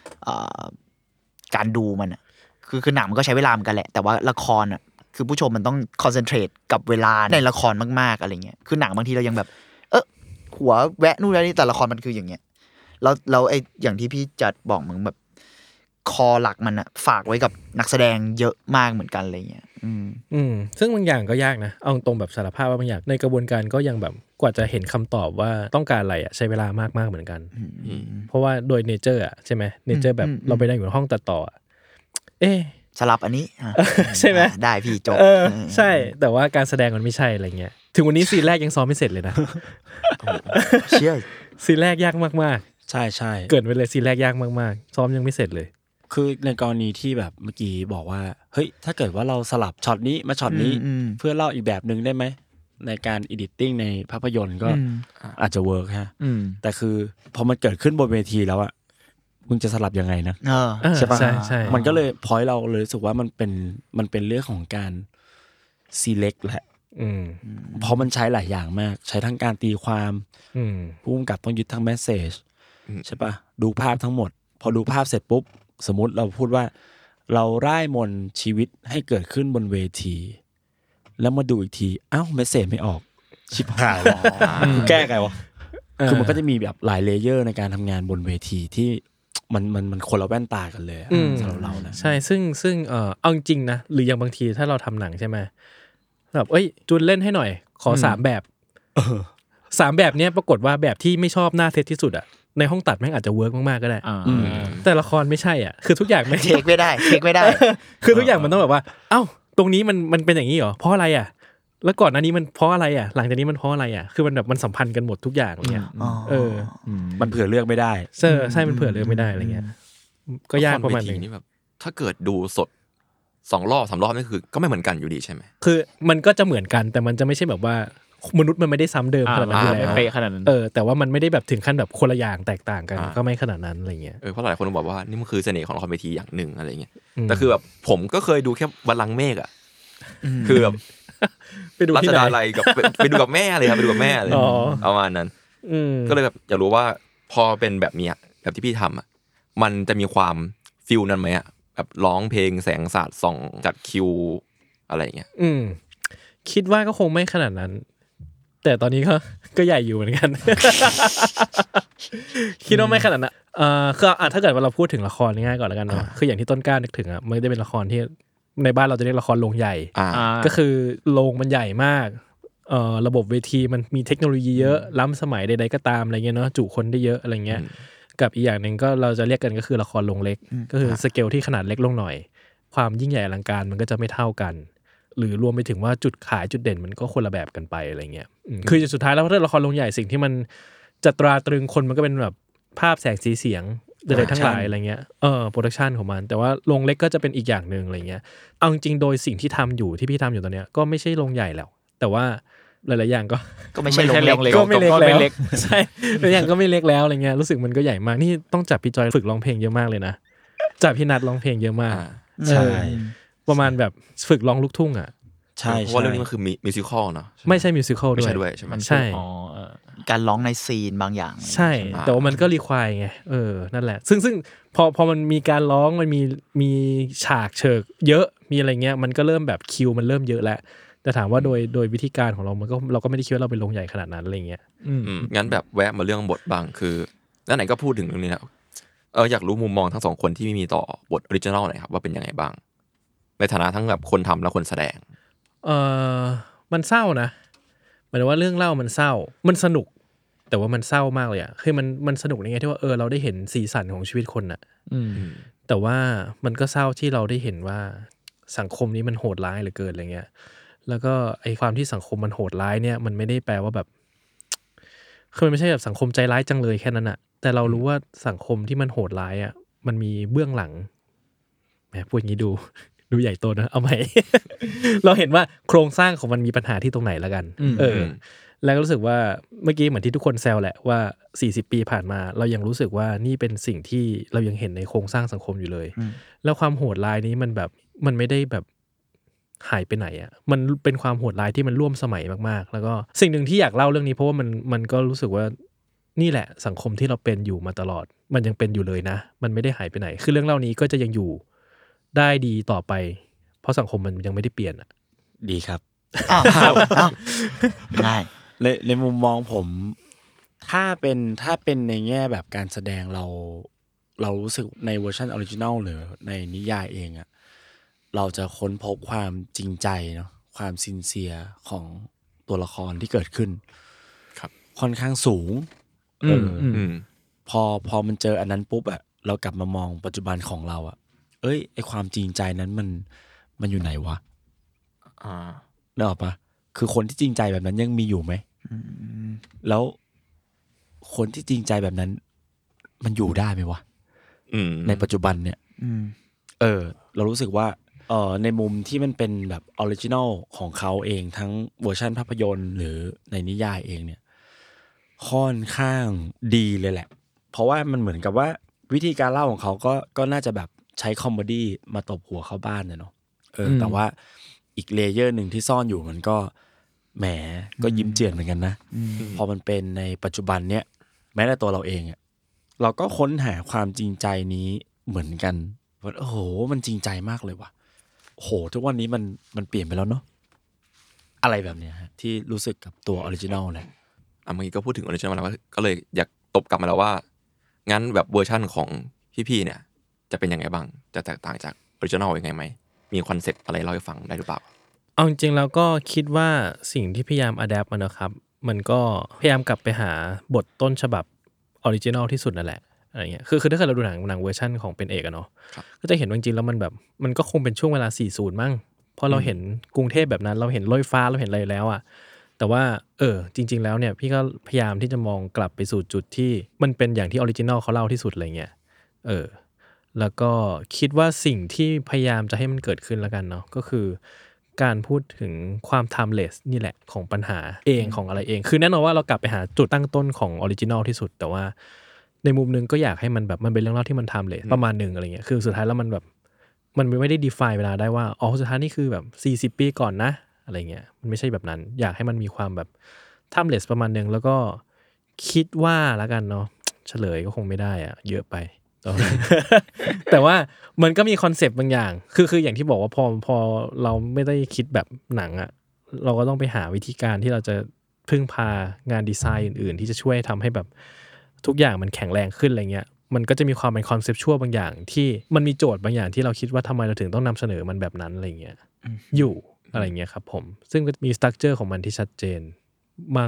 S6: การดูมันคือคือหนังมันก็ใช้เวลาเหมือนกันแหละแต่ว่าละครอ่ะคือผู้ชมมันต้องคอนเซนเทรตกับเวลาในละครมากๆอะไรเงี้ยคือหนังบางทีเรายังแบบเออหัวแวะนู่นแวะนี่แต่ละครมันคืออย่างเงี้ยแล้วแล้วไอ้อย่างที่พี่จัดบอกมึงแบบคอหลักมันอะฝากไว้กับนักแสดงเยอะมากเหมือนกันอะไรเงี้ยอืม
S7: อืมซึ่งบางอย่างก็ยากนะเอาตรงแบบสารภาพว่าบางอย่างในกระบวนการก็ยังแบบกว่าจะเห็นคำตอบว่าต้องการอะไรอะใช้เวลามากๆเหมือนกันเพราะว่าโดยเนเจอร์อะใช่ไหมเนเจอร์แบบเราไปนั่งอยู่ในห้องตัดต่อเอ๊
S6: สลับอันนี้
S7: ใช่ไหม
S6: ได้พี่จบ
S7: ใช่แต่ว่าการแสดงมันไม่ใช่อะไรเงี้ยถึงวันนี้ซีนแรกยังซ้อมไม่เสร็จเลยนะ
S6: เชื่อ
S7: ซีนแรกยากมาก
S1: ๆใช่ใช่
S7: เกิดไปเลยซีนแรกยากมากๆซ้อมยังไม่เสร็จเลย
S1: คือในกรณีที่แบบเมื่อกี้บอกว่าเฮ้ยถ้าเกิดว่าเราสลับช็อตนี้มาช็อตนี้เพื่อเล่าอีกแบบนึงได้ไหมในการอีดิทติ้งในภาพยนตร์ก็อาจจะเวิร์กฮะแต่คือพอมันเกิดขึ้นบนเวทีแล้วอะมึงจะสลับยังไงนะใช่ป่ะใช่มันก็เลยพอยต์เราเลยรู้สึกว่ามันเป็นมันเป็นเรื่องของการ select แหละเพราะมันใช้หลายอย่างมากใช้ทั้งการตีความผู้กำกับต้องยึดทั้งแมสเสจใช่ป่ะดูภาพทั้งหมดพอดูภาพเสร็จปุ๊บสมมุติเราพูดว่าเราร่ายมนต์ชีวิตให้เกิดขึ้นบนเวทีแล้วมาดูอีกทีอ้าวแมสเสจไม่ออกชิบหายแล้วแก้ไงวะคือมันก็จะมีแบบหลายเลเยอร์ในการทำงานบนเวทีที่มันมันมันคนละแว่นตากันเลยสำหรับเรานะ
S7: ใช่ซึ่งซึ่งเออเอาจริงนะหรืออย่างบางทีถ้าเราทำหนังใช่ไหมแบบเอ้ยจูนเล่นให้หน่อยขอสามแบบสามแบบเนี้ยปรากฏว่าแบบที่ไม่ชอบหน้าเซตที่สุดอ่ะในห้องตัดแม่งอาจจะเวิร์กมากๆก็ได้แต่ละครไม่ใช่อ่ะคือทุกอย่างไม่
S6: เทคไม่ได้เทคไม่ได้
S7: คือทุกอย่างมันต้องแบบว่าเอ้าตรงนี้มันมันเป็นอย่างนี้เหรอเพราะอะไรอ่ะแล้วก่อนหน้านี้มันเพราะอะไรอ่ะหลังจากนี้มันเพราะอะไรอ่ะคือมันแบบมันสัมพันธ์กันหมดทุกอย่างอะไรเงี้ยเออ
S1: มันเผื่อเลือกไม่ได้
S7: ใช่ใช่มันเผื่อเลือกไม่ได้อะไรเงี้ยก็ยากประมาณนึง
S5: นี่แบบถ้าเกิดดูสดสองรอบสามรอบนี่คือก็ไม่เหมือนกันอยู่ดีใช่ไหม
S7: คือมันก็จะเหมือนกันแต่มันจะไม่ใช่แบบว่ามนุษย์มันไม่ได้ซ้ำเดิมขนาดนั้นอยู่แล้ว
S4: ไม่เป๊ะขนาดนั้น
S7: เออแต่ว่ามันไม่ได้แบบถึงขั้นแบบคนละอย่างแตกต่างกันก็ไม่ขนาดนั้นอะไรเงี้ย
S5: เออเพราะหลายคนบอกว่านี่มันคือเสน่ห์ของละครเวทีอย่างหนึ่งอะไรเงี้ยแต่คือแบบผมก็เคยดูแค่บัลลังก์เมฆอ่ะคือแบบ
S7: ไปดูที่ไหน
S5: อะไรกับไปดูกับแม่เลยครับไปดูกับแม่เลยประมาณนั้นก็เลยแบบอยากรู้ว่าพอเป็นแบบเนี้ยแบบที่พี่ทำอ่ะมันจะมีความฟิลนั้นไหมอ่ะแบบร้องเพลงแสงสาดส่องจัดคิวอะไรเงี้ย
S7: อืมคิดว่าก็คงไม่ขนาดนั้นแต่ตอนนี้ก็ก็ใหญ่อยู่เหมือนกัน คิดว่าไม่ขนาดนั้นเอ่อคืออ่ะถ้าเกิดว่าเราพูดถึงละครง่ายๆก่อนแล้วกันเนาะคืออย่างที่ต้นกล้านึกถึงอ่ะมันได้เป็นละครที่ในบ้านเราจะเรียกละครโรงใหญ่ก็คือโรงมันใหญ่มากเอ่อระบบเวทีมันมีเทคโนโลยีเยอะล้ำสมัยใดๆก็ตามอะไรเงี้ยเนาะจุคนได้เยอะอะไรเงี้ยกับอีกอย่างนึงก็เราจะเรียกกันก็คือละครโรงเล็กก็คือสเกลที่ขนาดเล็กลงหน่อยความยิ่งใหญ่อลังการมันก็จะไม่เท่ากันหรือรวมไปถึงว่าจุดขายจุดเด่นมันก็คนละแบบกันไปอะไรเงี้ยคือสุดท้ายแล้วเรื่องละครโรงใหญ่สิ่งที่มันจะตราตรึงคนมันก็เป็นแบบภาพแสงสีเสียงใดๆทั้งหลายอะไรเงี้ยเออโปรดักชันของมันแต่ว่าโรงเล็กก็จะเป็นอีกอย่างนึงอะไรเงี้ยเอาจริงๆโดยสิ่งที่ทำอยู่ที่พี่ทำอยู่ตอนเนี้ยก็ไม่ใช่โรงใหญ่แล้วแต่ว่าหลายๆอย่างก็
S6: ก็ไม่ใช่โรงเล็ก
S7: ก็ไม่เล็กแล้วใช่หลายอย่างก็ไม่เล็กแล้วอะไรเงี้ยรู้สึกมันก็ใหญ่มากนี่ต้องจับพี่จอยฝึกร้องเพลงเยอะมากเลยนะจับพี่นัทร้องเพลงเยอะมาก
S1: ใช่
S7: ประมาณแบบฝึกร้องลูกทุ่งอ่ะ
S5: ใช่เพราะว่าเรื่องนี้มันคือมิวสิคอลเนาะ
S7: ไม่ใช่มิวสิคอลด้วย
S5: ไม่ใช่ด้วยใช่ไหม
S7: ใช่
S6: การร้องในซีนบางอย่าง
S7: ใช่แต่ว่ามันก็รีควายไงเออนั่นแหละซึ่งซึ่งพอพอมันมีการร้องมันมีมีฉากเฉิกเยอะมีอะไรเงี้ยมันก็เริ่มแบบคิวมันเริ่มเยอะแล้วแต่ถามว่าโดยโดยวิธีการของเรามันก็เราก็ไม่ได้คิดว่าเราเป็นโรงใหญ่ขนาดนั้นอะไรเงี้ย
S5: อืมงั้นแบบแวะมาเรื่องบทบ้างคือแล้วไหนก็พูดถึงเรื่องนี้แล้วเอออยากรู้มุมมองทั้งสองคนที่มีต่อบทออริจินอลหน่อยครับว่าเป็นยังไงบ้างในฐานะทั้งแบบคนทำและคนแสดง
S7: เออมันเศร้านะหมายถึงว่าเรื่องเล่ามันเศร้ามันสนุกแต่ว่ามันเศร้ามากเลยอ่ะคือมันมันสนุกในแง่ที่ว่าเออเราได้เห็นสีสันของชีวิตคนอ่ะแต่ว่ามันก็เศร้าที่เราได้เห็นว่าสังคมนี้มันโหดร้ายเหลือเกินอะไรเงี้ยแล้วก็ไอ้ความที่สังคมมันโหดร้ายเนี่ยมันไม่ได้แปลว่าแบบคือมันไม่ใช่แบบสังคมใจร้ายจังเลยแค่นั้นอ่ะแต่เรารู้ว่าสังคมที่มันโหดร้ายอ่ะมันมีเบื้องหลังแหมพูดอย่างนี้ดูดูใหญ่โตนะเอาใหม่ เราเห็นว่าโครงสร้างของมันมีปัญหาที่ตรงไหนแล้วกันเออแล้วก็รู้สึกว่าเมื่อกี้เหมือนที่ทุกคนแซวแหละว่าสี่สิบปีผ่านมาเรายังรู้สึกว่านี่เป็นสิ่งที่เรายังเห็นในโครงสร้างสังคมอยู่เลยแล้วความโหดร้ายนี้มันแบบมันไม่ได้แบบหายไปไหนอ่ะมันเป็นความโหดร้ายที่มันร่วมสมัยมากๆแล้วก็สิ่งหนึ่งที่อยากเล่าเรื่องนี้เพราะว่ามันมันก็รู้สึกว่านี่แหละสังคมที่เราเป็นอยู่มาตลอดมันยังเป็นอยู่เลยนะมันไม่ได้หายไปไหนคือเรื่องเล่านี้ก็จะยังอยู่ได้ดีต่อไปเพราะสังคมมันยังไม่ได้เปลี่ยนอ่ะ
S1: ดีครับ
S6: อ้าวง่าย
S1: ในในมุมมองผมถ้าเป็นถ้าเป็นในแง่แบบการแสดงเราเรารู้สึกในเวอร์ชันออริจินัลหรือในนิยายเองอ่ะเราจะค้นพบความจริงใจเนาะความซินเซียร์ของตัวละครที่เกิดขึ้น
S5: ครับ
S1: ค่อนข้างสูง
S5: เออ
S1: พอพอมันเจออันนั้นปุ๊บอ่ะเรากลับมามองปัจจุบันของเราอ่ะเอ้ยไอความจริงใจนั้นมันมันอยู่ไหนวะ
S5: อ่า
S1: นึกออกปะคือคนที่จริงใจแบบนั้นยังมีอยู่ไหมแล้วคนที่จริงใจแบบนั้นมันอยู่ได้ไหมวะในปัจจุบันเนี่ยเออเรารู้สึกว่าเออในมุมที่มันเป็นแบบออริจินอลของเขาเองทั้งเวอร์ชันภาพยนตร์หรือในนิยายเองเนี่ยค่อนข้างดีเลยแหละเพราะว่ามันเหมือนกับว่าวิธีการเล่าของเขาก็ก็น่าจะแบบใช้คอมเมดี้มาตบหัวเข้าบ้านเนาะเออแต่ว่าอีกเลเยอร์หนึ่งที่ซ่อนอยู่มันก็แหมก็ยิ้มเจือนเหมือนกันนะพอมันเป็นในปัจจุบันเนี้ยแม้แต่ตัวเราเองอ่ะเราก็ค้นหาความจริงใจนี้เหมือนกันว่าโอ้โหมันจริงใจมากเลยว่ะโอ้โหทุกวันนี้มันมันเปลี่ยนไปแล้วเนาะอะไรแบบเนี้ยฮะที่รู้สึกกับตัวออริจินอลเนี่ย
S5: อ่ะเมื่อกี้ก็พูดถึงออริจินอลมาแล้วก็เลยอยากตบกลับมาแล้วว่างั้นแบบเวอร์ชั่นของพี่ๆเนี่ยจะเป็นยังไงบ้างจะแตกต่างจากออริจินอลยังไงไหมมีคอนเซ็ปต์อะไรเล่าให้ฟังได้หรือเปล่า
S7: เอาจริงๆแล้วก็คิดว่าสิ่งที่พยายามอะแดปมานะครับมันก็พยายามกลับไปหาบทต้นฉบับออริจินอลที่สุดนั่นแหละอะไรเงี้ยคือคือถ้าเกิดเราดูหนังหนังเวอร์ชั่นของเป็นเอกอะเนาะก็จะเห็นว่าจริงๆแล้วมันแบบมันก็คงเป็นช่วงเวลาสี่สิบมั้งเพราะเราเห็นกรุงเทพแบบนั้นเราเห็นลอยฟ้าเราเห็นอะไรแล้วอะแต่ว่าเออจริงๆแล้วเนี่ยพี่ก็พยายามที่จะมองกลับไปสู่จุดที่มันเป็นอย่างที่ออริจินอลเขาเล่าที่สุดอะไรเงี้ยเออแล้วก็คิดว่าสิ่งที่พยายามจะให้มันเกิดขึ้นแล้วกันเนาะก็คือการพูดถึงความ timeless นี่แหละของปัญหาเองของอะไรเองคือแน่นอนว่าเรากลับไปหาจุดตั้งต้นของออริจินอลที่สุดแต่ว่าในมุมนึงก็อยากให้มันแบบมันเป็นเรื่องเล่าที่มัน timeless ประมาณนึงอะไรเงี้ยคือสุดท้ายแล้วมันแบบมันไม่ได้ define เวลาได้ว่าอ๋อสุดท้ายนี่คือแบบสี่สิบปีก่อนนะอะไรเงี้ยมันไม่ใช่แบบนั้นอยากให้มันมีความแบบ timeless ประมาณนึงแล้วก็คิดว่าแล้วกันเนาะเฉลยก็คงไม่ได้อะเยอะไปแต่ว่ามันก็มีคอนเซปต์บางอย่างคือคืออย่างที่บอกว่าพอพอเราไม่ได้คิดแบบหนังอ่ะเราก็ต้องไปหาวิธีการที่เราจะพึ่งพางานดีไซน์อื่นๆที่จะช่วยทำให้แบบทุกอย่างมันแข็งแรงขึ้นอะไรเงี้ยมันก็จะมีความเป็นคอนเซปชวลบางอย่างที่มันมีโจทย์บางอย่างที่เราคิดว่าทำไมเราถึงต้องนำเสนอมันแบบนั้นอะไรเงี้ยอยู่อะไรเงี้ยครับผมซึ่งก็มีสตรัคเจอร์ของมันที่ชัดเจนมั้ง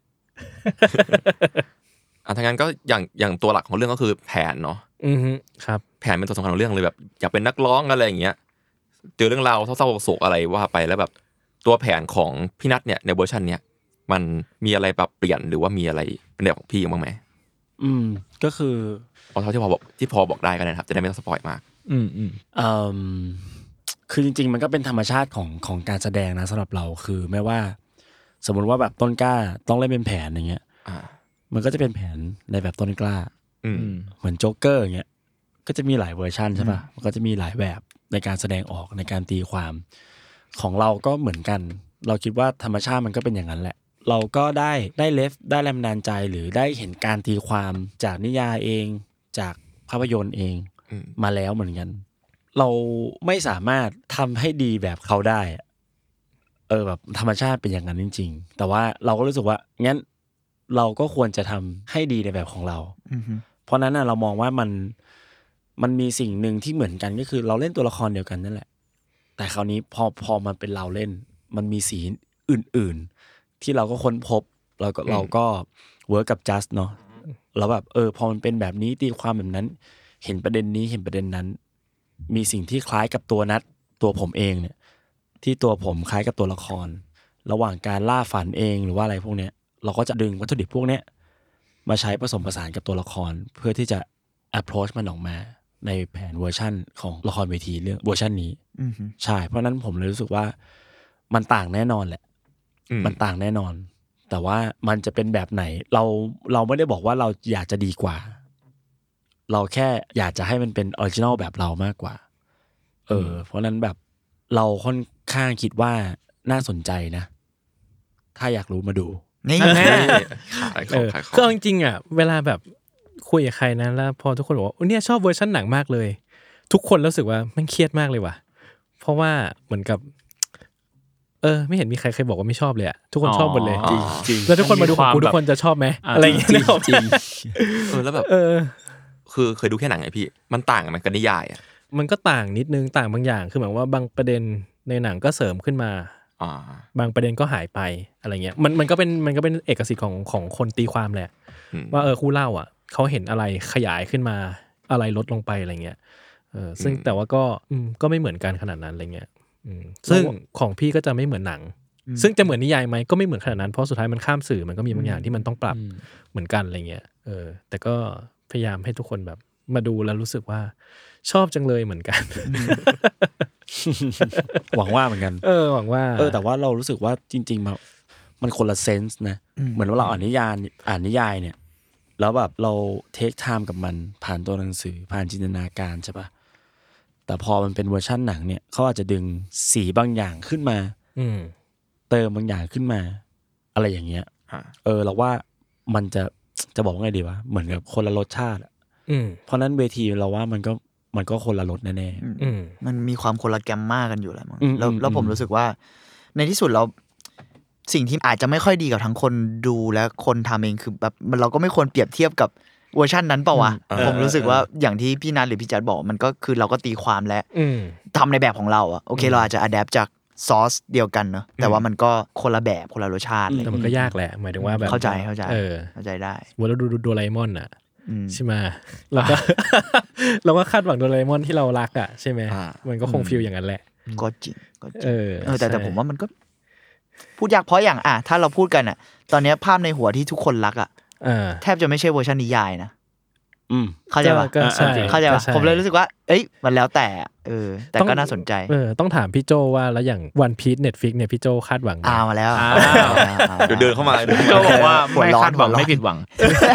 S5: อ่ะทั้งนั้นก็อย่างอย่างตัวหลักของเรื่องก็คือแผนเนาะ
S7: อือฮึครับ
S5: แผนเป็นตัวสำคัญของเรื่องเลยแบบอยากเป็นนักร้องอะไรอย่างเงี้ยเจอเรื่องราวเศร้าๆโศกอะไรว่าไปแล้วแบบตัวแผนของพี่นัทเนี่ยในเวอร์ชันเนี้ยมันมีอะไรปรับเปลี่ยนหรือว่ามีอะไรเป็นแบบของพี่บ้างไหม
S1: อืมก็คือ
S5: เอาเท่าที่พอบอกที่พอบอกได้กันนะครับจะได้ไม่ต้องสปอยมาก
S7: อืมอืม
S1: เอ่อคือจริงๆมันก็เป็นธรรมชาติของของการแสดงนะสำหรับเราคือไม่ว่าสมมุติว่าแบบต้นกล้าต้องเล่นเป็นแผนอย่างเงี้ย
S5: อ่า
S1: มันก็จะเป็นแผนในแบบต้นกล้าเหมือนโจ๊กเกอร์อย่างเงี้ยก็จะมีหลายเวอร์ชันใช่ป่ะมันก็จะมีหลายแบบในการแสดงออกในการตีความของเราก็เหมือนกันเราคิดว่าธรรมชาติมันก็เป็นอย่างนั้นแหละเราก็ได้ได้เลฟได้แรงบันดาลใจหรือได้เห็นการตีความจากนิยายเองจากภาพยนตร์เองมาแล้วเหมือนกันเราไม่สามารถทำให้ดีแบบเขาได้เออแบบธรรมชาติเป็นอย่างนั้นจริงๆแต่ว่าเราก็รู้สึกว่างั้นเราก็ควรจะทำให้ดีในแบบของเราเพราะนั้นน่ะเรามองว่ามันมันมีสิ่งหนึ่งที่เหมือนกันก็คือเราเล่นตัวละครเดียวกันนั่นแหละแต่คราวนี้พอพอมันเป็นเราเล่นมันมีสีอื่นๆที่เราก็ค้นพบเราก็เราก็เวิร์กกับจัสเนาะแล้วแบบเออพอมันเป็นแบบนี้ตีความแบบนั้นเห็นประเด็นนี้เห็นประเด็นนั้นมีสิ่งที่คล้ายกับตัวนัดตัวผมเองเนี่ยที่ตัวผมคล้ายกับตัวละครระหว่างการล่าฝันเองหรือว่าอะไรพวกเนี้ยเราก็จะดึงวัตถุดิบพวกเนี้ยมาใช้ผสมผสานกับตัวละครเพื่อที่จะ approach มันออกมาในแผนเวอร์ชั่นของละครเวทีเรื่องเวอร์ชันนี้ใช่เพราะนั้นผมเลยรู้สึกว่ามันต่างแน่นอนแหละมันต่างแน่นอนแต่ว่ามันจะเป็นแบบไหนเราเราไม่ได้บอกว่าเราอยากจะดีกว่าเราแค่อยากจะให้มันเป็นออริจินอลแบบเรามากกว่าเออเพราะนั้นแบบเราค่อนข้างคิดว่าน่าสนใจนะถ้าอยากรู้มาดู
S6: นี่
S7: คือจริงๆอ่ะเวลาแบบคุยกับใครนะแล้วพอทุกคนบอกว่าเนี่ยชอบเวอร์ชันหนังมากเลยทุกคนรู้สึกว่ามันเครียดมากเลยว่ะเพราะว่าเหมือนกับเออไม่เห็นมีใครเคยบอกว่าไม่ชอบเลยอ่ะทุกคนชอบหมดเลยจริงๆแล้วทุกคนมาดูของกูทุกคนจะชอบไหมอะไรอย่างเงี้ย
S5: จริงเออแล้วแบบเออคือเคยดูแค่หนังไงพี่มันต่างกันมันกับนิยายอ่ะ
S7: มันก็ต่างนิดนึงต่างบางอย่างคือหมายว่าบางประเด็นในหนังก็เสริมขึ้นมาบางประเด็นก็หายไปอะไรเงี้ยมันมันก็เป็นมันก็เป็นเอกสิทธิ์ของของคนตีความแหละว่าเออคู่เล่าอ่ะเขาเห็นอะไรขยายขึ้นมาอะไรลดลงไปอะไรเงี้ยเออซึ่งแต่ว่าก็ก็ไม่เหมือนกันขนาดนั้นอะไรเงี้ยซึ่งของพี่ก็จะไม่เหมือนหนังซึ่งจะเหมือนนิยายไหมก็ไม่เหมือนขนาดนั้นเพราะสุดท้ายมันข้ามสื่อมันก็มีบางอย่างที่มันต้องปรับเหมือนกันอะไรเงี้ยเออแต่ก็พยายามให้ทุกคนแบบมาดูแล้วรู้สึกว่าชอบจังเลยเหมือนกัน
S1: หวังว่าเหมือนกัน
S7: เออหวังว่า
S1: เออแต่ว่าเรารู้สึกว่าจริงๆมันมันคนละเซนส์นะเหมือนว่าเราอ่านนิยายอ่านนิยายเนี่ยแล้วแบบเราเทคไทม์กับมันผ่านตัวหนังสือผ่านจินตนาการใช่ปะแต่พอมันเป็นเวอร์ชั่นหนังเนี่ยเขาอาจจะดึงสีบางอย่างขึ้นมาเติมบางอย่างขึ้นมาอะไรอย่างเงี้ยเออเราว่ามันจะจะบอกว่าไงดีวะเหมือนกับคนละรสชาติเพราะนั้นเวทีเราว่ามันก็มันก็คนละรสแน่
S6: ๆมันมีความคนละแกมม่ากันอยู่แหละมั้งแล้วแล้วผมรู้สึกว่าในที่สุดเราสิ่งที่อาจจะไม่ค่อยดีกับทั้งคนดูและคนทำเองคือแบบเราก็ไม่ควรเปรียบเทียบกับเวอร์ชันนั้นเปล่าวะผมรู้สึกว่าอย่างที่พี่นัทหรือพี่จัดบอกมันก็คือเราก็ตีความและทำในแบบของเราอ่ะโอเคเราอาจจะอะแดปจากซอสเดียวกันเนาะแต่ว่ามันก็คนละแบบคนละรสชาติ
S7: แต่มันก็ยากแหละหมายถึงว่าแบบ
S6: เข้าใจเข้าใจ
S7: เออ
S6: เข้าใจได้
S7: ว่าเราดูโดราเอมอนอ่ะใช่ไหมแล้วก็เราก็คาดหวังโดราเอมอนที่เรารักอ่ะใช่ไหมมันก็คงฟีลอย่างนั้นแหละ
S6: ก็จริงก็จริง
S7: เออ
S6: แต่แต่ผมว่ามันก็พูดยากเพราะอย่างอ่ะถ้าเราพูดกันอ่ะตอนนี้ภาพในหัวที่ทุกคนรักอ่ะแทบจะไม่ใช่เวอร์ชันนิยายนะ
S1: อืม
S6: เข้าใจป่ะเข้าใจป่ะผมเลยรู้สึกว่าเอ้ยมันแล้วแต่เออแต่ก็น่าสนใจ
S7: เออต้องถามพี่โจว่าแล้วอย่าง One Piece Netflix เนี่ยพี่โจคาดหวังมั้ย
S6: อ้าวมาแล้ว
S5: เดี๋ยวเดินเข้ามา
S4: พี่โจบอกว่าไม่คาดหวังไม่ผิดหวัง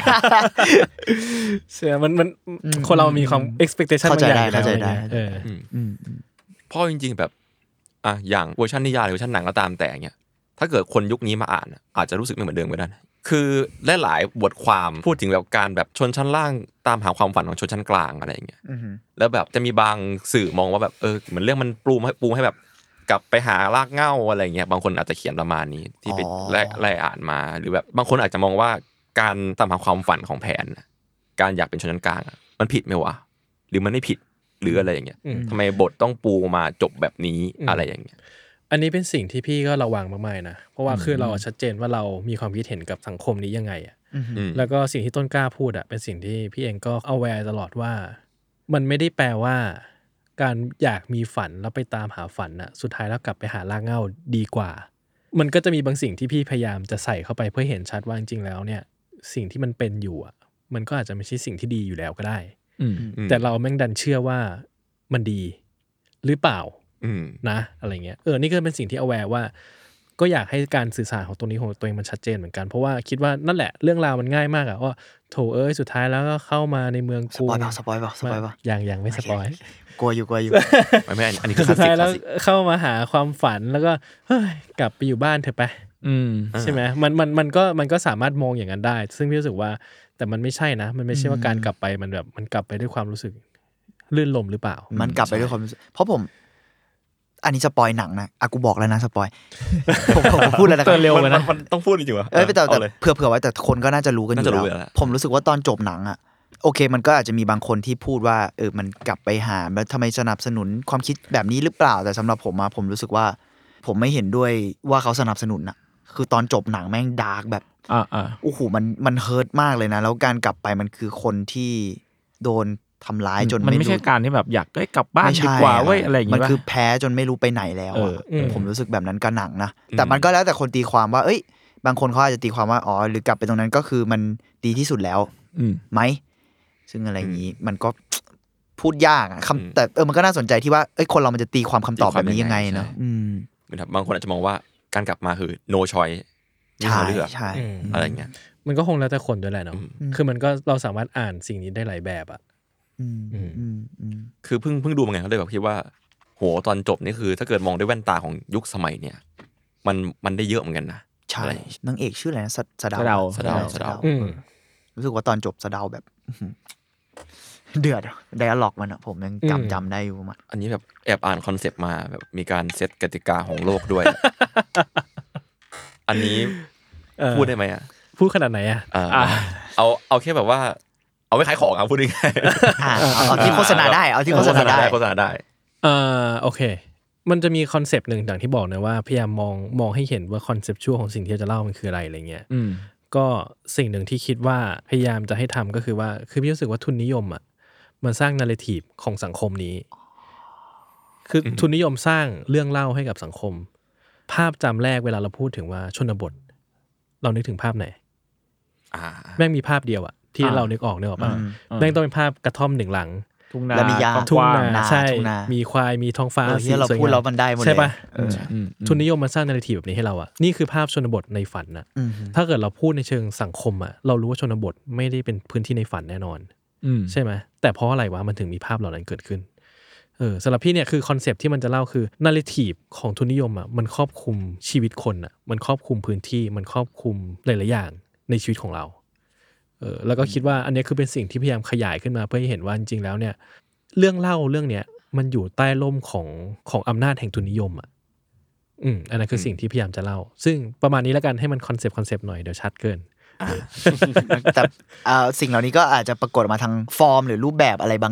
S7: เชื่อมันมันคนเรามีความ expectation
S6: บางอย่างเข้าใจได้
S7: เออ
S5: เพราะจริงๆแบบอ่ะอย่างเวอร์ชันนิยายหรือเวอร์ชันหนังก็ตามแต่เงี้ยถ้าเกิดคนยุคนี้มาอ่านอาจจะรู้สึกไม่เหมือนเดิมก็ได้คือหลายๆบทความพูดถึงแบบการแบบชนชั้นล่างตามหาความฝันของชนชั้นกลางอะไรอย่างเงี้ยแล้วแบบจะมีบางสื่อมองว่าแบบเออเหมือนเรื่องมันปูให้ปูให้แบบกลับไปหารากเหง้าอะไรเงี้ยบางคนอาจจะเขียนประมาณนี้ที่ไปไล่ไล่อ่านมาหรือแบบบางคนอาจจะมองว่าการตามหาความฝันของแผนการอยากเป็นชนชั้นกลางมันผิดไหมวะหรือมันไม่ผิดหรืออะไรอย่างเงี้ยทำไมบทต้องปูมาจบแบบนี้อะไรอย่างเงี้ย
S7: อันนี้เป็นสิ่งที่พี่ก็ระวังมากๆนะเพราะว่าคือเราชัดเจนว่าเรามีความคิดเห็นกับสังคมนี้ยังไงอ่ะแล้วก็สิ่งที่ต้นกล้าพูดอ่ะเป็นสิ่งที่พี่เองก็ aware ตลอดว่ามันไม่ได้แปลว่าการอยากมีฝันแล้วไปตามหาฝันน่ะสุดท้ายแล้วกลับไปหารากเหง้าดีกว่ามันก็จะมีบางสิ่งที่พี่พยายามจะใส่เข้าไปเพื่อเห็นชัดว่าจริงๆแล้วเนี่ยสิ่งที่มันเป็นอยู่อ่ะมันก็อาจจะไม่ใช่สิ่งที่ดีอยู่แล้วก็ได้แต่เราแม่งดันเชื่อว่ามันดีหรือเปล่านะอะไรเงี้ยเออนี่ก็เป็นสิ่งที่ aware ว่าก็อยากให้การสื่อสารของตัวนี้ของตัวเองมันชัดเจนเหมือนกันเพราะว่าคิดว่านั่นแหละเรื่องราวมันง่ายมากอะว่าโถเอ้ยสุดท้ายแล้วก็เข้ามาในเมือง
S6: กรุงสปอยป่ะสปอยป่ะ
S7: ยังยังไม่สปอย
S6: กลัวอยู่กลัวอยู่
S5: ไม่ไม่อันนี้คือ
S7: สุดท้ายแล้วเข้ามาหาความฝันแล้วก็เฮ้ยกลับไปอยู่บ้านเถอะไปใช่ไหมมันมันมันก็มันก็สามารถมองอย่างนั้นได้ซึ่งพี่รู้สึกว่าแต่มันไม่ใช่นะมันไม่ใช่ว่าการกลับไปมันแบบมันกลับไปด้วยความรู้สึกลื่นลมหรือเปล่า
S6: มันกลับไปด้วยความเพราะผมอันนี้สปอยหนังนะอ่ะกูบอกแล้วนะสปอยผมผมพูดแล้วนะ
S7: เร็วนะ
S5: มันต้องพูดจริงๆวะ
S6: เอ้ยแต่แต่เผื่อๆไว้แต่คนก็น่าจะรู้กันอยู่แล้วผมรู้สึกว่าตอนจบหนังอ่ะโอเคมันก็อาจจะมีบางคนที่พูดว่าเออมันกลับไปหาแล้วทำไมสนับสนุนความคิดแบบนี้หรือเปล่าแต่สำหรับผมมาผมรู้สึกว่าผมไม่เห็นด้วยว่าเขาสนับสนุนอ่ะคือตอนจบหนังแม่งดาร์กแบบ
S7: อ่า
S6: ๆโอ้โหมันมันเฮิร์ตมากเลยนะแล้วการกลับไปมันคือคนที่โดนทำร้ายจน
S4: มันไม่ใช่การที่แบบอยากได้กลับบ้านดีกว่าเว้ยอะไรอย่างงี้
S6: มันคือแพ้จนไม่รู้ไปไหนแล้วอ่ะผมรู้สึกแบบนั้นกับหนังนะแต่มันก็แล้วแต่คนตีความว่าเอ้ยบางคนเขาอาจจะตีความว่าอ๋อหรือกลับไปตรงนั้นก็คือมันดีที่สุดแล้วไหมซึ่งอะไรอย่างนี้มันก็พูดยากอ่ะคำแต่เออมันก็น่าสนใจที่ว่าเอ้ยคนเรามันจะตีความคำตอบแบบนี้ยังไงเนาะ
S5: บางคนอาจจะมองว่าการกลับมาคือ no choice
S6: ไม่
S5: เ
S6: ลือก
S5: ใช่อะไรเงี้ย
S7: มันก็คงแล้วแต่คนด้วยแหละเนาะคือมันก็เราสามารถอ่านสิ่งนี้ได้หลายแบบอ่ะ
S5: คือเพิ่งเพิ่งดูมาไงเขาเลยแบบคิดว่าโหตอนจบนี่คือถ้าเกิดมองด้วยแว่นตาของยุคสมัยเนี่ยมันมันได้เยอะเหมือนกันนะ
S6: ใช่นางเอกชื่ออะไรนะสะเดา
S5: สะเดาสะเดาสะเดา
S6: รู้สึกว่าตอนจบสะเดาแบบเดือดไดอะล็อกมันอ่ะผมยังจำจำได้อยู่มัน
S5: อันนี้แบบแอบอ่านคอนเซปต์มาแบบมีการเซตกติกาของโลกด้วยอันนี้พูดได้ไหมอ่ะ
S7: พูดขนาดไหนอ่ะ
S5: เอาเอาแค่แบบว่าเอาไม่ขายของเอาพูดง่าย
S6: ๆเอาที่โฆษณาได้เอาที่โฆษณาได้
S5: โฆษณาได้
S7: เอ่อโอเคมันจะมีคอนเซปต์นึงอย่างที่บอกนะว่าพยายามมองมองให้เห็นว่าคอนเซปชวลของสิ่งที่จะเล่ามันคืออะไรอะไรเงี้ยก็สิ่งหนึ่งที่คิดว่าพยายามจะให้ทำก็คือว่าคือพี่รู้สึกว่าทุนนิยมอ่ะมันสร้างนาร์เรทีฟของสังคมนี้คือทุนนิยมสร้างเรื่องเล่าให้กับสังคมภาพจำแรกเวลาเราพูดถึงว่าชนบทเรานึกถึงภาพไหนแม่งมีภาพเดียวอ่ะที่เรานึกออกนึกออกป่ะแม่งต้องเป็นภาพกระท่อมหนึ่งหลัง
S6: ทุ่งนาแล้วมีหญ้า
S7: ทุ่งนาใช่มีควายมีท้องฟ้า
S6: ที่เราพูดแล้วมันได้หมดเลย
S7: ใช่ป่ะทุนนิยมมันสร้างนาร์เรทีฟแบบนี้ให้เราอ่ะนี่คือภาพชนบทในฝันน่ะถ้าเกิดเราพูดในเชิงสังคมอ่ะเรารู้ว่าชนบทไม่ได้เป็นพื้นที่ในฝันแน่นอนใช่ไหมแต่เพราะอะไรวะมันถึงมีภาพเหล่านั้นเกิดขึ้นเออสำหรับพี่เนี่ยคือคอนเซปต์ที่มันจะเล่าคือนาร์เรทีฟของทุนนิยมอ่ะมันครอบคลุมชีวิตคนอ่ะมันครอบคลุมพื้นที่มันครอบคลุมหลายๆอย่างในชีวิตของเราเออแล้วก็คิดว่าอันนี้คือเป็นสิ่งที่พยายามขยายขึ้นมาเพื่อให้เห็นว่าจริงๆแล้วเนี่ยเรื่องเล่าเรื่องเนี้ยมันอยู่ใต้ร่มของของอำนาจแห่งทุนนิยมอ่ะอืมอันนั้นคือสิ่งที่พยายามจะเล่าซึ่งประมาณนี้แล้วกันให้มันคอนเซปต์คอนเซปต์หน่อยเดี๋ยวชัดเกิน
S6: แต่สิ่งเหล่านี้ก็อาจจะปรากฏมาทางฟอร์มหรือรูปแบบอะไรบางอย่าง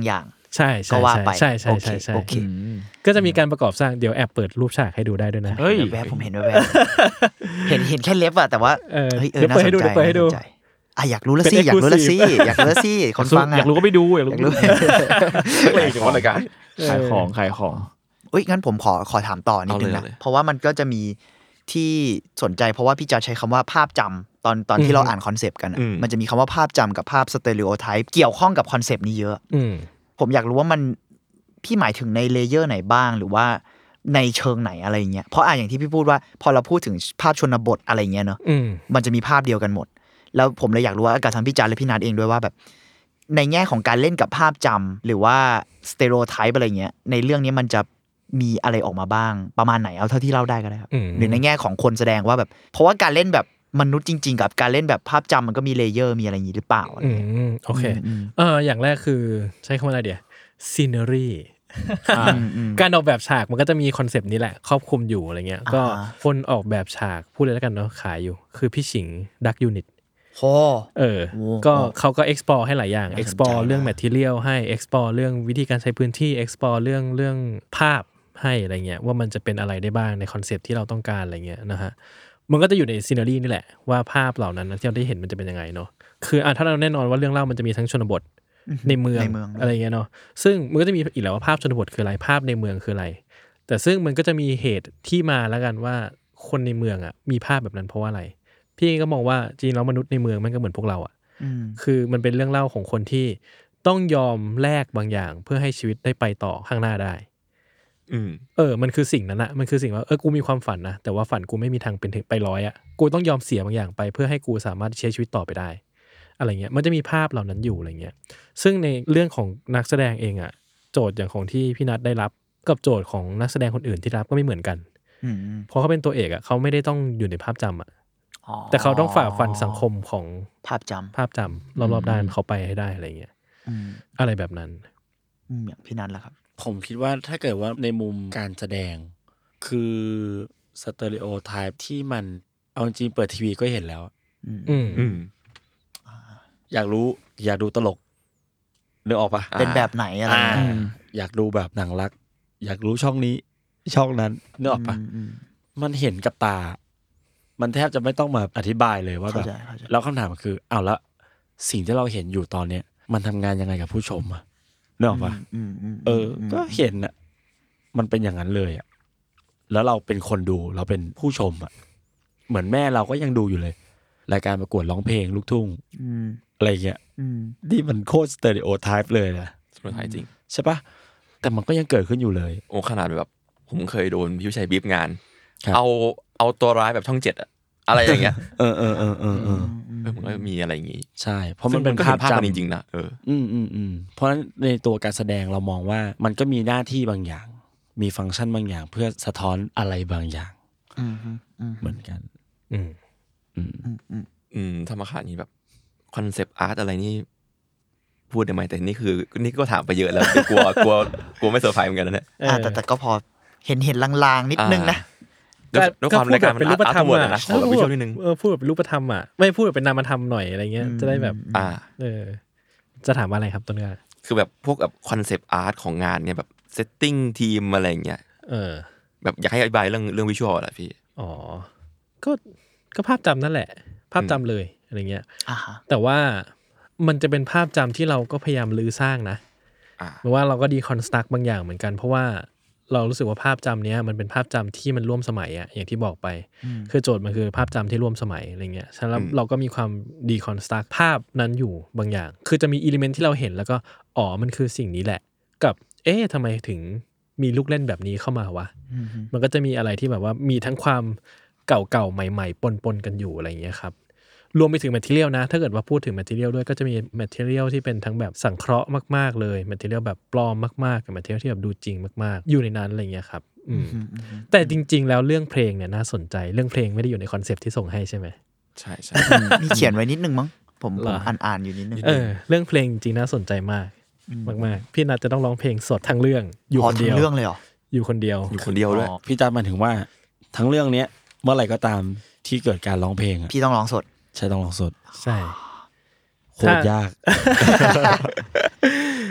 S7: ใช่ใช่
S6: ก็ว่าไป
S7: ใช่ใช่ใช่ใช่
S6: โอเค
S7: ก็จะมีการประกอบสร้างเดี๋ยวแอบเปิดรูปฉากให้ดูได้ด้วยนะ
S4: เฮ้ย
S6: แวบผมเห็นแวบเห็นเห็นแค่เล็บอะแต่ว่า
S7: เออ
S6: เฮ้ยเออ
S7: เดี๋ยว
S6: น่า
S7: เปิด
S6: ส
S7: ให้
S6: น
S7: ดู
S6: ใจ
S7: เดี๋ยวเปิดให้ดู
S6: น่าสนใจอ่ะอยากรู้ละ
S7: เป็น
S6: สิอยากรู้ละสิ
S7: exclusive
S6: อยากรู้ละสิคนฟังอะ
S4: อยากรู้ก็ไปดูอยากรู้
S6: อยากรู้
S5: เลยถึงว่ารายการ
S4: ขายของขายของ
S6: เอ้ยงั้นผมขอขอถามต่อนิดนึง
S5: เอา
S6: นะ
S5: เลย
S6: เพราะว่ามันก็จะมีที่สนใจเพราะว่าพี่จะใช้คำว่าภาพจำตอนตอนที่เราอ่านคอนเซปต์กันอะมันจะมีคำว่าภาพจำกับภาพสเตอริโอไทป์เกี่ยวข้องกับคอนเซปต์นี้เยอะ
S7: อืม
S6: ผมอยากรู้ว่ามันพี่หมายถึงในเลเยอร์ไหนบ้างหรือว่าในเชิงไหนอะไรเงี้ยเพราะอ่ะอย่างที่พี่พูดว่าพอเราพูดถึงภาพชนบทอะไรเงี้ยเนาะ
S7: อืม
S6: มันจะมีภาพเดียวกันหมด แล้วผมเลยอยากรู้ว่ากับทั้งพี่จันและพี่นัทเองด้วยว่าแบบในแง่ของการเล่นกับภาพจำหรือว่าสเตอริโอไทป์อะไรเงี้ยในเรื่องนี้มันจะมีอะไรออกมาบ้างประมาณไหนเอาเท่าที่เล่าได้ก็ได้ครับ
S7: อืม
S6: หรือในแง่ของคนแสดงว่าแบบเพราะว่าการเล่นแบบมนุษย์จริงๆกับการเล่นแบบภาพจำมันก็มีเลเยอร์มีอะไรอย่างนี้หรือเปล่าอะไร
S7: อื
S6: เงี้ย
S7: มโอเค
S6: อืม
S7: เอออย่างแรกคือใช้คำว่าอะไรเดี๋ยวซีเนอรี่
S6: อืมอืม
S7: การออกแบบฉากมันก็จะมีคอนเซปต์นี้แหละครอบคลุมอยู่อะไรเงี้ย ก็
S6: อ่า
S7: คนออกแบบฉากพูดเลยแล้วกันเนาะขายอยู่ คือพี่ฉิงดักยูนิต
S6: โห
S7: เออ
S6: โอ้
S7: ก็
S6: โอ้
S7: เขาก็ explore ให้หลายอย่าง
S6: น่าสนใจ
S7: explore เรื่อง
S6: นะ
S7: material ให้ explore เรื่องวิธีการใช้พื้นที่ explore เรื่องเรื่องภาพให้อะไรเงี้ยว่ามันจะเป็นอะไรได้บ้างในคอนเซปต์ที่เราต้องการอะไรเงี้ยนะฮะมันก็จะอยู่ในซีนารีนี่แหละว่าภาพเหล่านั้นที่เราได้เห็นมันจะเป็นยังไงเนาะคืออ่ะถ้าเราแน่นอนว่าเรื่องเล่ามันจะมีทั้งชนบทในเมือง
S6: ในเมือง
S7: อะไรเงี้ยเนาะซึ่งมันก็จะมีอีกแล้วว่าภาพชนบทคืออะไรภาพในเมืองคืออะไร แต่ซึ่งมันก็จะมีเหตุที่มาแล้วกันว่าคนในเมืองอ่ะมีภาพแบบนั้นเพราะว่าอะไรพี่ก็มองว่าจริงแล้วมนุษย์ในเมืองมันก็เหมือนพวกเราอ่ะ
S6: อืม
S7: คือมันเป็นเรื่องเล่าของคนที่ต้องยอมแลกบางอย่างเพื่อให้ชีวิตได้ไปต่อข้างหน้าได้
S5: อืม
S7: เออ มันคือสิ่งนั้นอะมันคือสิ่งว่าเออกูมีความฝันนะแต่ว่าฝันกูไม่มีทางเป็นถึงไปร้อยอะกูต้องยอมเสียบางอย่างไปเพื่อให้กูสามารถใช้ชีวิตต่อไปได้อะไรเงี้ยมันจะมีภาพเหล่านั้นอยู่อะไรเงี้ยซึ่งในเรื่องของนักแสดงเองอะโจทย์อย่างของที่พี่นัทได้รับกับโจทย์ของนักแสดงคนอื่นที่รับก็ไม่เหมือนกัน
S6: อืม
S7: เพราะเขาเป็นตัวเอกอะเขาไม่ได้ต้องอยู่ในภาพจำอะ
S6: อ๋อ
S7: แต่เขาต้องฝ่าฟันสังคมของ
S6: ภาพจำ
S7: ภาพจำรอบๆด้านเขาไปให้ได้อะไรเงี้ย
S6: อืม
S7: อะไรแบบนั้น
S6: อืมอย่างพี่นัทล่ะครับ
S1: ผมคิดว่าถ้าเกิดว่าในมุมการแสดงคือสเตอริโอไทป์ที่มันเอาจริงๆเปิดทีวีก็เห็นแล้ว
S6: อืม
S7: อืม
S5: อืม
S1: อยากรู้อยากดูตลกนึกออกปะ
S6: เป็นแบบไหนอะไร
S1: อ่า
S6: เงี้ย
S1: อยากดูแบบหนังรัก อยากรู้ช่องนี้ ช่องนั้นนึกออกปะ
S6: อืมอืม
S1: มันเห็นกับตา มันแทบจะไม่ต้องมาอธิบายเลยว่าแบ
S6: เข้า
S1: บ
S6: ใจเข้าใจ
S1: แล้วคำถามคืออ้าวแล้วสิ่งที่เราเห็นอยู่ตอนเนี้ยมันทำงานยังไงกับผู้ชมอะนึกออกปะ
S6: อืมอืม
S1: เออ ก็เห็นอะมันเป็นอย่างนั้นเลยอะแล้วเราเป็นคนดูเราเป็นผู้ชมอะเหมือนแม่เราก็ยังดูอยู่เลย รายการประกวดร้องเพลงลูกทุ่ง
S6: อืม
S1: อะไรเงี้ย
S6: อืม
S1: นี่มันโคตรสเตอริโอไทป์เลยนะ
S5: สุดท้ายจริง
S1: ใช่ปะแต่มันก็ยังเกิดขึ้นอยู่เลย
S5: โอ้ขนาดแบบผมเคยโดนพี่วิชัยบีบงาน
S1: ครับ
S5: เอาเอาตัวร้ายแบบช่องเจ็ดอะอะไรอย่างเงี้ย
S1: เออเออเออเออเออ
S5: เออมันก็มีอะไรอย่างงี้
S1: ใช่ เพราะมันเป็น
S5: ซึ่งก็
S1: ภาพ
S5: ภาพ
S1: จำ
S5: กันจริงๆนะเออ
S1: อืมอืมอืมเพราะฉะนั้นในตัวการแสดงเรามองว่ามันก็มีหน้าที่บางอย่าง มีฟังก์ชันบางอย่าง เพื่อสะท้อนอะไรบางอย่าง
S6: อืมอืม
S1: เหมือนกัน
S7: อืม
S1: อืม
S6: อืมอืม
S5: อืมธรรมคานี้แบบคอนเซปต์อาร์ตอะไรนี่พูดได้ไหมแต่นี่คือนี่ก็ถามไปเยอะแล้วกลัวกลัวกลัวไม่เซอร์ไพรส์เหมือนกันนะเนี่ย
S6: อ่าแต่แต่ก็พอเห็นเห็นลางๆนิดนึงนะ
S5: ด้วยด้วยความรายการมัน
S7: เป็นรูปธรรม
S5: อาร์ต
S7: อ่ะ
S5: นะขอแบบวิชวลนิดนึง
S7: เออพูดแบบเป็นรูปธรรมอ่ะไม่พูดแบบเป็นนามธรรมหน่อยอะไรเงี้ยจะได้แบบ
S5: อ่า
S7: เออจะถามว่าอะไรครับต้นกล้า
S5: คือแบบพวกแบบคอนเซปต์อาร์ตของงานเนี่ยแบบเซตติ้งทีมอะไรอย่างเงี้ย
S7: เออ
S5: แบบอยากให้อธิบายเรื่องเรื่องวิชวลแหละพี่
S7: อ๋อก็ก็ภาพจำนั่นแหละ ภาพจำเลยอะไรเงี้ย
S6: อ่าฮะ
S7: แต่ว่ามันจะเป็นภาพจำที่เราก็พยายามรื้อสร้างนะ
S5: อ่า
S7: หรือว่าเราก็ดีคอนสตรักบางอย่างเหมือนกันเพราะว่าเรารู้สึกว่าภาพจำเนี้ยมันเป็นภาพจำที่มันร่วมสมัยอะอย่างที่บอกไป คือโจทย์มันคือภาพจำที่ร่วมสมัยอะไรเงี้ยฉะนั้นเราก็มีความดีคอนสตรักภาพนั้นอยู่บางอย่าง คือจะมีอิเลเมนต์ที่เราเห็นแล้วก็อ๋อมันคือสิ่งนี้แหละกับเอ๊ะทำไมถึงมีลูกเล่นแบบนี้เข้ามาวะมันก็จะมีอะไรที่แบบว่ามีทั้งความเก่าๆใหม่ๆปนๆกันอยู่อะไรเงี้ยครับรวมไปถึง material นะถ้าเกิดว่าพูดถึง material ด้วยก็จะมี material ที่เป็นทั้งแบบสังเคราะห์มากๆเลย material แบบปลอมมากๆกับ material ที่แบบดูจริงมากๆอยู่ในนั้นอะไรเงี้ยครับอืมแต่จริงๆแล้วเรื่องเพลงเนี่ยน่าสนใจเรื่องเพลงไม่ได้อยู่ในคอนเซปต์ที่ส่งให้ใช่ไหม
S5: ใช่ใช่
S6: มีเขียนไว้นิดนึงมั้งผมผ
S7: เหร
S6: ม
S7: อ
S6: อ่านอ่านอยู่นิดนึง
S7: เออเรื่องเพลงจริงน่าสนใจมากมากๆพี่นัทจะต้องร้องเพลงสดทั้งเรื่องอยู่
S6: พอ
S7: คน
S6: ทั้
S7: เดี
S6: ง
S7: ยว
S6: เรื่องเลยเหรอ
S7: อยู่คนเดียว
S5: อยู่คนเดียวด้วย
S1: อ๋อพี่ตาหมายถึงว่าทั้งเรื่องเนี้ยเมื่อไหร่ก็ตามที่เกิดการร้องเพลงอะ
S6: พี่ต้องร้องสด
S1: ใช่ต้องร้องสด
S7: ใช่
S1: โคตรยาก
S7: ถ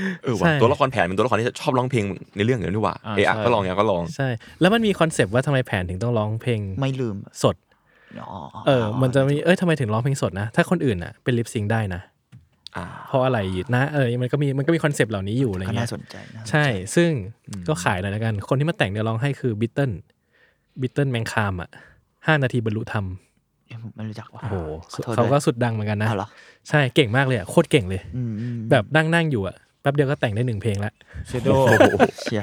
S5: เออว่ะตัวละครแผนเป็นตัวละครที่ชอบร้องเพลงในเรื่องอยู่นี่หว่าเออก็ลองอย่างก็ลอง
S7: ใช่แล้วมันมีคอนเซปต์ว่าทำไมแผนถึงต้องร้องเพลง
S6: ไม่ลืม
S7: สดเออมันจะมีเอ้ยทำไมถึงร้องเพลงสดนะถ้าคนอื่นอ่ะเป็นลิปซิงค์ได้นะเพราะอะไรนะเออมันก็มีมันก็มีคอนเซปต์เหล่านี้อยู่อะไรเงี้ย
S6: น่าสนใจ
S7: ใช่ซึ่งก็ขายหน่อยละกันคนที่มาแต่งเนื้อร้องให้คือบิทเทิลบิทเทิลแมงคามอ่ะห้านาทีบรรลุธรรม
S6: ไม่รู้จักว่ะ
S7: โอ้โหเขาก็สุดดังเหมือนกันนะใช่เก่งมากเลยอ่ะโคตรเก่งเลยแบบนั่งนั่งอยู่อ่ะแป๊บเดียวก็แต่งได้หนึ่งเพลงละ
S4: เชโด
S6: เชีย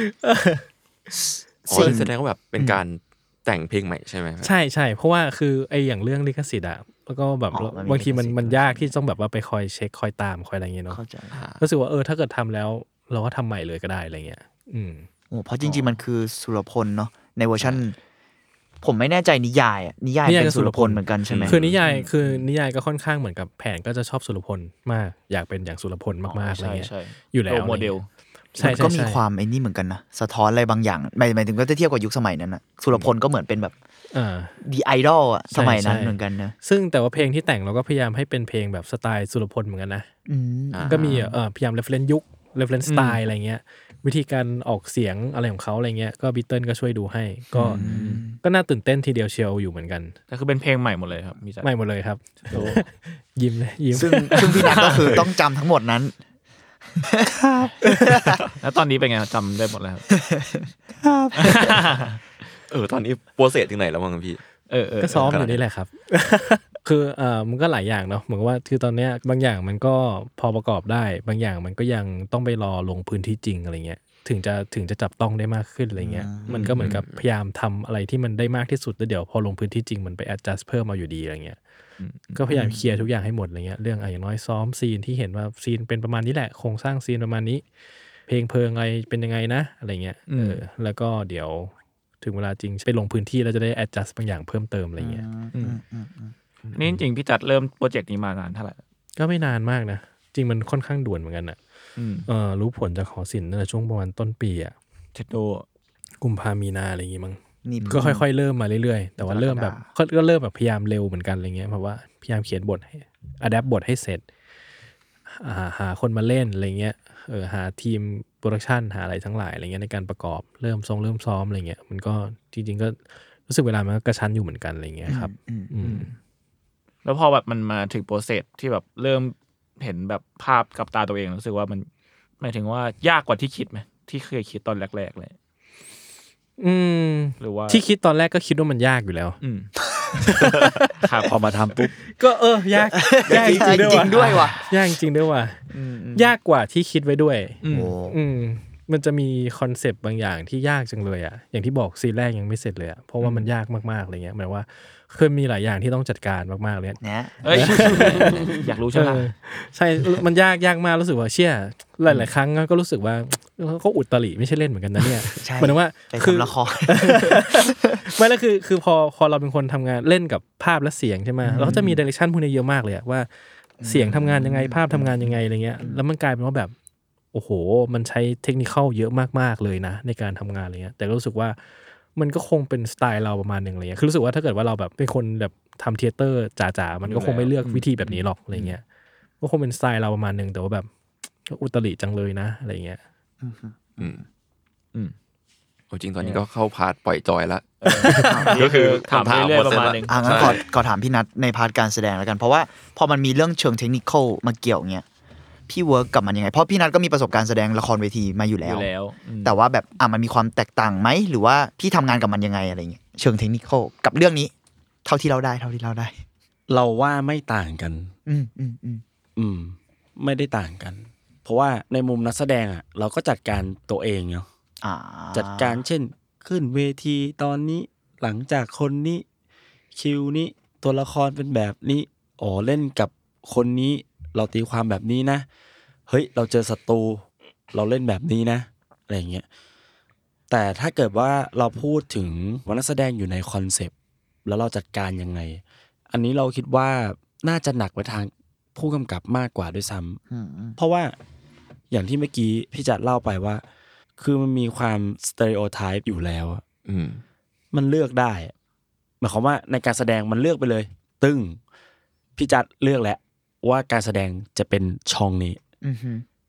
S5: อ๋อแสดงว่าแบบเป็นการแต่งเพลงใหม่ใช่ไหม
S7: ใช่ใช่เพราะว่าคือไออย่างเรื่องลิขสิทธิ์อ่ะแล้วก็แบบบางทีมันมันยากที่ต้องแบบว่าไปคอยเช็คคอยตามคอยอะไรเงี้ยเนาะรู้สึกว่าเออถ้าเกิดทำแล้วเราก็ทำใหม่เลยก็ได้อะไรเงี้ยอืม
S6: โอ้เพราะจริงๆมันคือสุรพลเนาะในเวอร์ชันผมไม่แน่ใจนิยายอ่ะนิยายเป็นสุรพลเหมือนกันใช่ไหม
S7: คือนิยายคือนิยายก็ค่อนข้างเหมือนกับแผนก็จะชอบสุรพลมากอยากเป็นอย่างสุรพลมากๆอะไรเงี้ยอยู่แล้ว
S4: โมเดล
S6: ใช่ก็มีความไอ้นี่เหมือนกันนะสะท้อนอะไรบางอย่างหมายหมายถึงก็จะเทียบกับยุคสมัยนั้นนะสุรพลก็เหมือนเป็นแบบดีไอดอลอ่ะสมัยนั้นเหมือนกันนะ
S7: ซึ่งแต่ว่าเพลงที่แต่งเราก็พยายามให้เป็นเพลงแบบสไตล์สุรพลเหมือนกันนะก็มีเอ่อพยายามเรฟเฟรนซ์ยุคเรฟเฟรนซ์สไตล์อะไรเงี้ยวิธีการออกเสียงอะไรของเขาอะไรเงี้ยก็บิทเทิลก็ช่วยดูให้ก็ก็น่าตื่นเต้นทีเดียวเชียวอยู่เหมือนกัน
S4: แต่คือเป็นเพลงใหม่หมดเลยครับมี
S7: ใหม่หมดเลยครับยิ้มเลยยิ้ม
S6: ซึ่งซึ่งพี่นัทก็คือต้องจำทั้งหมดนั้น
S4: ครับแล้วตอนนี้เป็นไงจำได้หมดแล้ว
S5: ครับเออตอนนี้โปรเซสถึงไหนแล้วมั้งพี่
S7: เออก็ซ้อมอยู่นี่แหละครับคือเอ่อมันก็หลายอย่างเนาะเหมือนว่าคือตอนเนี้ยบางอย่างมันก็พอประกอบได้บางอย่างมันก็ยังต้องไปรอลงพื้นที่จริงอะไรเงี้ยถึงจะถึงจะจับต้องได้มากขึ้นอะไรเงี้ยมันก็เหมือนกับพยายามทำอะไรที่มันได้มากที่สุดแล้วเดี๋ยวพอลงพื้นที่จริงมันไป adjust เพิ่มมาอยู่ดีอะไรเงี้ยก็พยายามเคลียร์ทุกอย่างให้หมดอะไรเงี้ยเรื่องอย่างน้อยซ้อมซีนที่เห็นว่าซีนเป็นประมาณนี้แหละโครงสร้างซีนประมาณนี้เพลงเพลิงอะไรเป็นยังไงนะอะไรเงี้ยเออแล้วก็เดี๋ยวถึงเวลาจริงไปลงพื้นที่แล้วจะได้ adjust บางอย่างเพิ่มเติมอะไรเงี้ย
S4: นี่จริงๆพี่จัดเริ่มโปรเจกต์นี้มานานเท่าไหร่
S7: ก็ไม่นานมากนะจริงมันค่อนข้างด่วนเหมือนกันอ่ะเออรู้ผลจากขอสินในช่วงประมาณต้นปีอ่ะ
S4: เทโด
S7: กุมภามีนาอะไรอย่างงี้มั้งก็ค่อยๆเริ่มมาเรื่อยๆแต่ว่าเริ่มแบบก็เริ่มแบบพยายามเร็วเหมือนกันอะไรเงี้ยเพราะว่าพยายามเขียนบทให้อะแดปบทให้เสร็จหาหาคนมาเล่นอะไรเงี้ยเออหาทีมโปรดักชันหาอะไรทั้งหลายอะไรเงี้ยในการประกอบเริ่มทรงเริ่มซ้อมอะไรเงี้ยมันก็จริงๆก็รู้สึกเวลามันก็กระชั้นอยู่เหมือนกันอะไรเงี้ยครับอืม
S4: แล้วพอแบบมันมาถึงโปรเซสที่แบบเริ่มเห็นแบบภาพกับตาตัวเองรู้สึกว่ามันหมายถึงว่ายากกว่าที่คิดไหมที่เคยคิดตอนแรกๆเลย
S7: อืมหรือว่าที่คิดตอนแรกก็คิดว่ามันยากอยู่แล้วอืม
S1: ครับพอมาทำปุ๊บ
S7: ก็เออยากยากจริงด้วยว่ะยากจริงด้วยว่ะยากกว่าที่คิดไว้ด้วยอืมมันจะมีคอนเซปต์บางอย่างที่ยากจังเลยอ่ะอย่างที่บอกซีนแรกยังไม่เสร็จเลยอ่ะเพราะว่ามันยากมากๆอะไรเงี้ยหมายว่าเคยมีหลายอย่างที่ต้องจัดการมากๆเลย
S6: เนี่ย
S4: อยากรู้ใช่ไหม
S7: ใช่มันยากยากมากรู้สึกว่าเชี่ยหลายๆครั้งก็รู้สึกว่าเขาอุตริไม่ใช่เล่นเหมือนกันนะเนี่ยหมายถึงว่า
S6: คือละคร
S7: ไม่แล้วคือคือพอพอเราเป็นคนทำงานเล่นกับภาพและเสียงใช่ไหมเราก็จะมีดิเรกชันพวกนี้เยอะมากเลยว่าเสียงทำงานยังไงภาพทำงานยังไงอะไรเงี้ยแล้วมันกลายเป็นว่าแบบโอ้โหมันใช้เทคนิคเยอะมากๆเลยนะในการทำงานอะไรเงี้ยแต่ก็รู้สึกว่ามันก็คงเป็นสไตล์เราประมาณนึงอะไรเงี้ยคือรู้สึกว่าถ้าเกิดว่าเราแบบเป็นคนแบบทำเทเตอร์จ๋าๆมันก็คงไม่เลือกวิธีแบบนี้หรอกอะไรเงี้ยก็คงเป็นสไตล์เราประมาณนึงแต่ว่าแบบอุตริจังเลยนะอะไรเงี้ย
S5: อืมอืมโอ้จริงตอนนี้ก็เข้าพาร์ทปล่อยจอยแล้วก็คือถามเรื่อยๆประมาณนึง
S6: อ่ะงั้นขอขอถามพี่นัทในพาร์ทการแสดงแล้วกันเพราะว่าพอมันมีเรื่องเชิงเทคนิคมาเกี่ยวเงี้ยพี่เวิร์กกับมันยังไงเพราะพี่นัทก็มีประสบการณ์แสดงละครเวทีมาอยู่แล้วแต่ว่าแบบอ่ะมันมีความแตกต่างไหมหรือว่าพี่ทำงานกับมันยังไงอะไรเงี้ยเชิงเทคนิคกับเรื่องนี้เท่าที่เราได้เท่าที่เราได้
S1: เราว่าไม่ต่างกัน
S6: อืมอืมอืม
S1: อืมไม่ได้ต่างกันเพราะว่าในมุมนักแสดงอ่ะเราก็จัดการตัวเองเนาะจัดการเช่นขึ้นเวทีตอนนี้หลังจากคนนี้คิวนี้ตัวละครเป็นแบบนี้อ๋อเล่นกับคนนี้เราตีความแบบนี้นะเฮ้ยเราเจอศัตรูเราเล่นแบบนี้นะอะไรอย่างเงี้ยแต่ถ้าเกิดว่าเราพูดถึงว่านักแสดงอยู่ในคอนเซปต์แล้วเราจัดการยังไงอันนี้เราคิดว่าน่าจะหนักไปทางผู้กำกับมากกว่าด้วยซ้ำเพราะว่าอย่างที่เมื่อกี้พี่จัดเล่าไปว่าคือมันมีความสเตอริโอไทป์อยู่แล้วมันเลือกได้หมายความว่าในการแสดงมันเลือกไปเลยตึ้งพี่จัดเลือกแล้วว่าการแสดงจะเป็นช่องนี้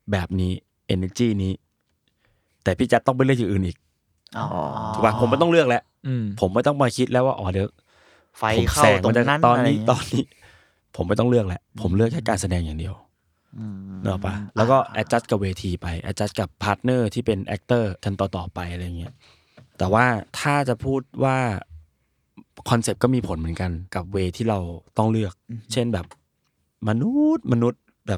S1: แบบนี้ energy นี้แต่พี่จัดต้องไปเลือกอย่างอื่นอีกถูกป่ะผมไม่ต้องเลือกแล้วผมไม่ต้องมาคิดแล้วว่าอ๋อเดี๋ยว
S6: ไฟเข้าตรงนั้น
S1: ตอนนี้ตอนนี้ผมไม่ต้องเลือกแหละผมเลือกแค่การแสดงอย่างเดียวเนอะป่ะแล้วก็ adjust กับเวทีไป adjust กับพาร์ทเนอร์ที่เป็น actor ทันต่อๆไปอะไรเงี้ยแต่ว่าถ้าจะพูดว่าคอนเซ็ปต์ก็มีผลเหมือนกันกับเวที่เราต้องเลือกเช่นแบบมนุษย์มนุษย์แบบ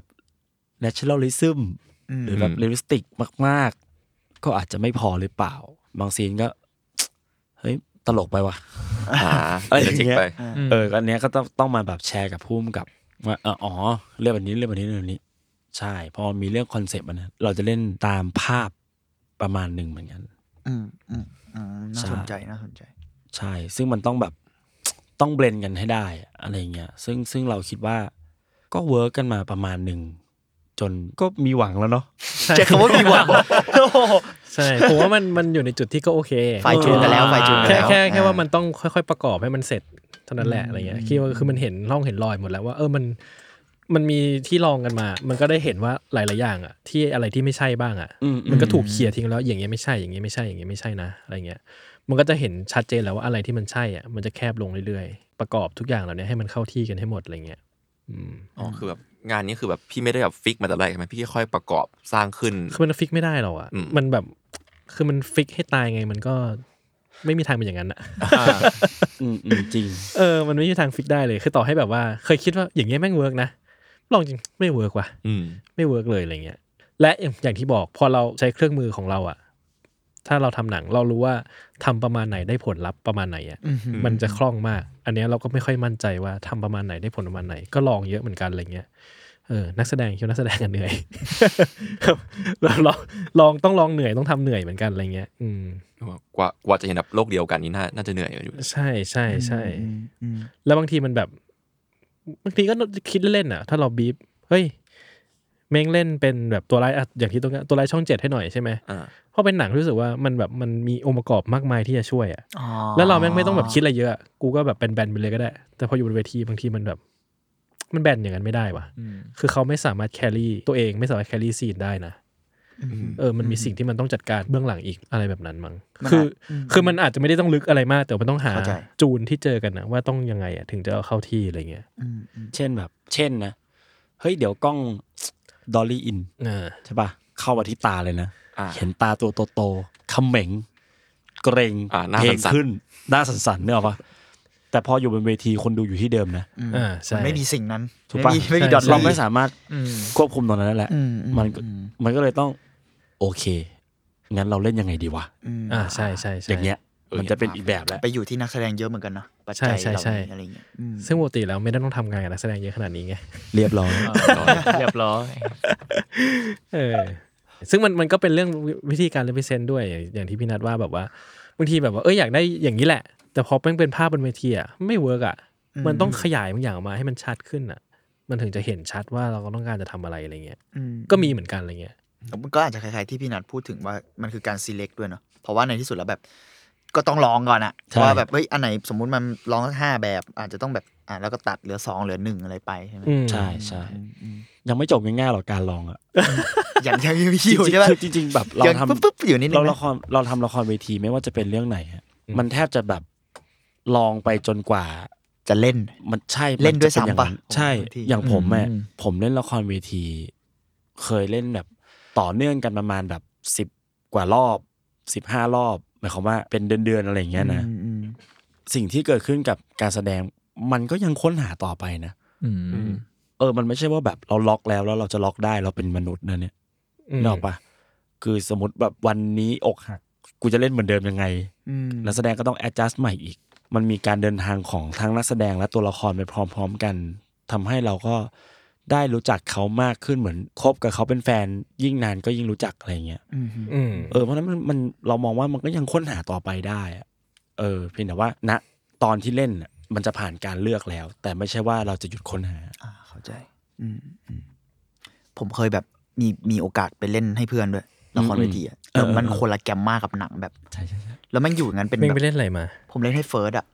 S1: naturalism หรือแบบ realistic มากๆก็อาจจะไม่พอหรือเปล่าบางซีนก็เฮ้ยตลกไปว่ะอะไรอย่างเงี้ยเอออันเนี้ยก็ต้องต้องมาแบบแชร์กับผู้กำกับว่าอ๋อเรื่องแบบนี้เรื่องแบบนี้เรื่องนี้ใช่พอมีเรื่องคอนเซ็ปต์มันนะเราจะเล่นตามภาพประมาณหนึ่งเหมือนกัน
S6: อืมอืมอืมน่าสนใจน่าสนใจ
S1: ใช่ซึ่งมันต้องแบบต้องเบลนด์กันให้ได้อะไรเงี้ยซึ่งซึ่งเราคิดว่าก็เวิร์กกันมาประมาณหนึ่งจนก็มีหวังแล้วเนาะ
S6: ใช่คำว่ามีหวัง
S7: ใช่ผมว่ามันมันอยู่ในจุดที่ก็โอเค
S6: ไฟจูนกันแล้วไฟจูนกันแล้ว
S7: แค่แค่ว่ามันต้องค่อยๆประกอบให้มันเสร็จเท่านั้นแหละอะไรเงี้ยคิดว่าคือมันเห็นร่องเห็นรอยหมดแล้วว่าเออมันมันมีที่ลองกันมามันก็ได้เห็นว่าหลายๆอย่างอ่ะที่อะไรที่ไม่ใช่บ้างอ่ะมันก็ถูกเคลียร์ทิ้งแล้วอย่างเงี้ยไม่ใช่อย่างเงี้ยไม่ใช่อย่างเงี้ยไม่ใช่นะอะไรเงี้ยมันก็จะเห็นชัดเจนแล้วว่าอะไรที่มันใช่อ่ะมันจะแคบลงเรื่อยๆประกอบทุกอย่างเหล่านี้ให้มันเข้าที่กันให้หมดอะไรเงี้ย
S5: อ๋อคือแบบงานนี้คือแบบพี่ไม่ได้แบบฟิกมาแต่แรกใช่ไหมพี่ค่อยประกอบสร้างขึ้น
S7: คือมันฟิกไม่ได้หรอกอ่ะมันแบบคือมันฟิกให้ตายไงมันก็ไม่มีทางเป็นอย่างนั้นอ่ะ
S1: อืมจริง
S7: เออมันไม่มีทางฟิกได้เลยคือต่อให้แบบว่าเคยคิดว่าอย่างเงี้ยแม่งเวิร์กนะลองจริงไม่เวิร์กว่ะไม่เวิร์กเลยอะไรเงี้ยและอย่างที่บอกพอเราใช้เครื่องมือของเราอ่ะถ้าเราทำหนังเรารู้ว่าทำประมาณไหนได้ผลลัพธ์ประมาณไหนอ่ะมันจะคล่องมากอันนี้เราก็ไม่ค่อยมั่นใจว่าทำประมาณไหนได้ผลประมาณไหนก็ลองเยอะเหมือนกันอะไรเงี้ยเออนักแสดงคิดนักแสดงกันเหนื่อยเราลองลองต้องลองเหนื่อยต้องทำเหนื่อยเหมือนกันอะไรเงี้ยอืม
S5: กว่ากว่าจะเห็นแบบโลกเดียวกันนี่น่าน่าจะเหนื่อยอยู่
S7: ใช่ใช่ใช่แล้วบางทีมันแบบบางทีก็คิดเล่นๆอ่ะถ้าเราบีบเฮ้ยเม้งเล่นเป็นแบบตัวร้ายอย่างที่ตัวตัวร้ายช่องเจ็ดให้หน่อยใช่ไหมเพราะเป็นหนังรู้สึกว่ามันแบบมันมีองค์ประกอบมากมายที่จะช่วยอ่ะแล้วเราแม่งไม่ต้องแบบคิดอะไรเยอะกูก็แบบเป็นแบนไปเลยก็ได้แต่พออยู่บนเวทีบางทีมันแบบมันแบนอย่างนั้นไม่ได้ว่ะคือเขาไม่สามารถแครี่ตัวเองไม่สามารถแครี่ซีนได้นะเออมันมีสิ่งที่มันต้องจัดการเบื้องหลังอีกอะไรแบบนั้นมั้งคือคือมันอาจจะไม่ได้ต้องลึกอะไรมากแต่มันต้องหาจูนที่เจอกันนะว่าต้องยังไงอ่ะถึงจะเอาเข้าที่อะไรเงี้ย
S1: เช่นแบบเช่นนะเฮ้ยเดี๋ยวกล้องดอลลี่อินใช่ป่ะเข้ามาที่ตาเลยนะเห็นตาตัวโตๆคำเหม็งเกรงเพลงขึ้นหน้าสั่นๆเนี่ยหรอป่ะแต่พออยู่บนเวทีคนดูอยู่ที่เดิมนะ
S6: อ่าใช่ไม่มีสิ่งนั้น
S1: ถูกป่ะ
S6: ไม่มีดอท
S1: เราไม่สามารถควบคุมตรงนั้นแหละมันมันก็เลยต้องโอเคงั้นเราเล่นยังไงดีวะ
S7: อ่าใช่ใช่
S1: อย่างเงี้ยมันจะเป็นอีกแบบแล้ว
S6: ไปอยู่ที่นักแสดงเยอะเหมือนกันเนาะปัจจัยเราอะไรเงี้ย
S7: ซึ่งปกติแล้วไม่ได้ต้องทำงานกับนักแสดงเยอะขนาดนี้ไง
S1: เรียบร้อย
S7: เรียบร้อยเออซึ่งมันมันก็เป็นเรื่องวิธีการ represent ด้วยอย่างที่พี่นัทว่าแบบว่าบางทีแบบว่าเอ้ยอยากได้อย่างนี้แหละแต่พอเป็นเป็นภาพบนเวทีอ่ะไม่เวิร์กอ่ะมันต้องขยายบางอย่างออกมาให้มันชัดขึ้นอ่ะมันถึงจะเห็นชัดว่าเราต้องการจะทำอะไรอะไรเงี้ยก็มีเหมือนกันอะไรเงี้ย
S6: มันก็อาจจะคล้ายๆที่พี่นัทพูดถึงว่ามันคือการ select ด้วยเนาะเพราะว่าในที่สุดแล้วแบบก็ต้องลองก่อนอะว่าแบบเฮ้ยอันไหนสมมุติมันลองห้าแบบอาจจะต้องแบบอ่ะแล้วก็ตัดเหลือสองเหลือหนึ่งอะไรไปใช่ไหม
S1: ใช่ใช่ยังไม่จบง่ายๆหรอกการลองอะ
S6: อย่างยังมีอยู่ใช่ไหม
S1: คือจริงๆแบบเราทำ
S6: ปุ๊บอยู่นิดนึง
S1: เราละครเราทำละครเวทีไม่ว่าจะเป็นเรื่องไหนมันแทบจะแบบลองไปจนกว่า
S6: จะเล่น
S1: มันใช่
S6: เล่นด้วยซ้ำปะ
S1: ใช่อย่างผมแม่ผมเล่นละครเวทีเคยเล่นแบบต่อเนื่องกันประมาณแบบสิบกว่ารอบสิบห้ารอบหมายความว่าเป็นเดือนๆอะไรอย่างเงี้ยนะสิ่งที่เกิดขึ้นกับการแสดงมันก็ยังค้นหาต่อไปนะเออมันไม่ใช่ว่าแบบเราล็อกแล้วแล้วเราจะล็อกได้เราเป็นมนุษย์นะเนี่ยนึกออกปะคือสมมติแบบวันนี้อกหักกูจะเล่นเหมือนเดิมยังไงนักแสดงก็ต้อง adjust ใหม่อีกมันมีการเดินทางของทั้งนักแสดงและตัวละครไปพร้อมๆกันทำให้เราก็ได้รู้จักเขามากขึ้นเหมือนคบกับเขาเป็นแฟนยิ่งนานก็ยิ่งรู้จักอะไรเงี้ยเออเพราะนั้นมันมันเรามองว่ามันก็ยังค้นหาต่อไปได้อะเออเพียงแต่ว่าณตอนที่เล่นมันจะผ่านการเลือกแล้วแต่ไม่ใช่ว่าเราจะหยุดค้นหา
S6: อ่าเข้าใจอืมผมเคยแบบมีมีโอกาสไปเล่นให้เพื่อนด้วยละครเวทีอ่ะมันคนละแกมมากกับหนังแบบ
S1: ใช่ใช่
S6: แล้วมันอยู่งั้นเป็นแบบ
S7: ไปเล่นอะไรมา
S6: ผมเล่นให้เฟิร์สอ่ะ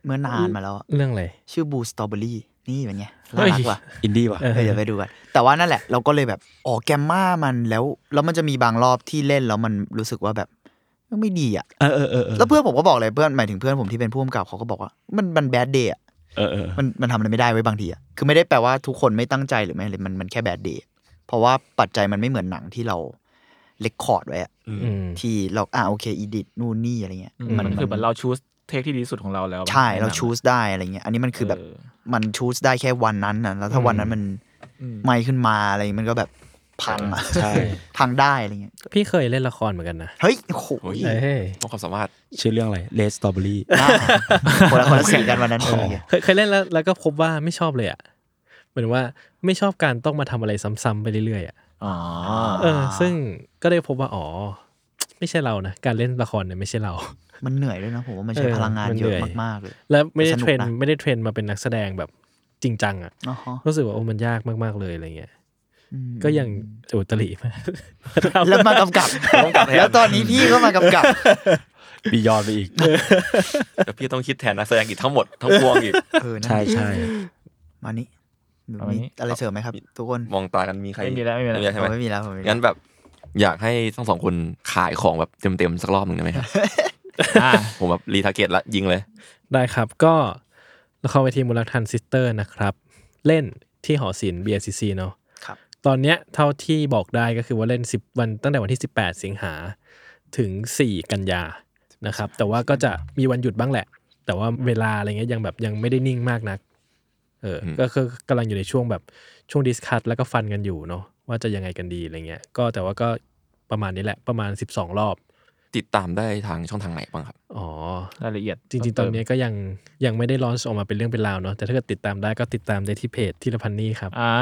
S6: เมื่อนานมาแล้ว
S7: เรื่องอะไร
S6: ชื่อบูสตรอเบอรี่นี่เป็นไงน่ารักว่ะ
S1: อินดี้ว่ะ
S6: เดี๋ยวไปดูกันแต่ว่านั่นแหละเราก็เลยแบบอ๋อแกมม่ามันแล้วแล้วมันจะมีบางรอบที่เล่นแล้วมันรู้สึกว่าแบบไม่ดีอ่ะ
S1: เออเออเออ
S6: แล้วเพื่อนผมก็บอกเลยเพื่อนหมายถึงเพื่อนผมที่เป็นผู้กำกับเขาก็บอกว่ามันมันแบดเดย์อ่ะ
S1: เออเออ
S6: มันมันทำอะไรไม่ได้ไว้บางทีอ่ะคือไม่ได้แปลว่าทุกคนไม่ตั้งใจหรือไม่เลยมันมันแค่แบดเดย์เพราะว่าปัจจัยมันไม่เหมือนหนังที่เราเรคคอร์ดไว้อ่ะที่เราอ่ะโอเคอีดิทนู่นนี่อะไรเงี้ย
S4: มันคือเหมือนเราชูสเทคที่ดีสุดของเราแล้ว
S6: ใช่เราชูสได้อะไรเงี้ยอันนี้มันคือแบบมันชูสได้แค่วันนั้นน่ะแล้วถ้าวันนั้นมันไม่ขึ้นมาอะไรมันก็แบบพังอ่ะใช่พังได้อะไรเงี้ย
S7: พี่เคยเล่นละครเหมือนกันนะ
S6: เฮ้ยโอ้โห
S5: ต้องความสามารถ
S1: ชื่อเรื่องอะไร Red Strawberry
S6: คนละคนละเสียงกันวันนั้น
S7: เคยเคยเล่นแล้วแล้วก็พบว่าไม่ชอบเลยอ่ะเหมือนว่าไม่ชอบการต้องมาทำอะไรซ้ำๆไปเรื่อยๆอ่ะอ๋อเออซึ่งก็ได้พบว่าอ๋อไม่ใช่เรานะการเล่นละครเนี่ยไม่ใช่เรา
S6: มันเหนื่อยด้วยนะผมว่ามันใช้พลังงานเยอะมากๆเลย
S7: แล้วไม่ได้เทรนไม่ได้เทรนมาเป็นนักแสดงแบบจริงจังอ่ะรู้สึกว่าโอ้มันยากมากๆเลยอะไรเงี้ยก็ยังอุตริมา
S6: แล้วมากำกับแล้วตอนนี้พี่ก็มากำกับ
S1: บียอนไปอีก
S5: แล้วพี่ต้องคิดแทนนักแสดงอีกทั้งหมดทั้งพวงอีก
S1: ใช่ใช่
S6: มานี้มีอะไรเสริมไหมครับทุกคน
S5: มองตากันมีใคร
S4: ไม่มีแล้วไม่มี
S6: แล้วไม่มีแล้ว
S5: งั้นแบบอยากให้ทั้งสองคนขายของแบบเต็มๆสักรอบหนึ่งได้ไหมครับผมแบบรีทาร์เก็ตละยิงเลย
S7: ได้ครับก็ละครเวทีมูลค่าซิสเตอร์นะครับเล่นที่หอศิลป์ บี เอ ซี ซี เนาะตอนเนี้ยเท่าที่บอกได้ก็คือว่าเล่นสิบวันตั้งแต่วันที่สิบแปดสิงหาถึงสี่กันยานะครับแต่ว่าก็จะมีวันหยุดบ้างแหละแต่ว่าเวลาอะไรเงี้ยยังแบบยังไม่ได้นิ่งมากนักเออก็คือกำลังอยู่ในช่วงแบบช่วงดิสคัสแล้วก็ฟันกันอยู่เนาะว่าจะยังไงกันดีอะไรเงี้ยก็แต่ว่าก็ประมาณนี้แหละประมาณสิบสองรอบ
S5: ติดตามได้ทางช่องทางไหนบ้างครับ
S7: อ๋อ
S4: รายละเอียด
S7: จริงๆตอนนี้ก็ยังยังไม่ได้ลอนช์ออกมาเป็นเรื่องเป็นราวเนาะแต่ถ้าเกิดติดตามได้ก็ติดตามได้ที่เพจที่ละพันนี่ครับ
S4: อ่า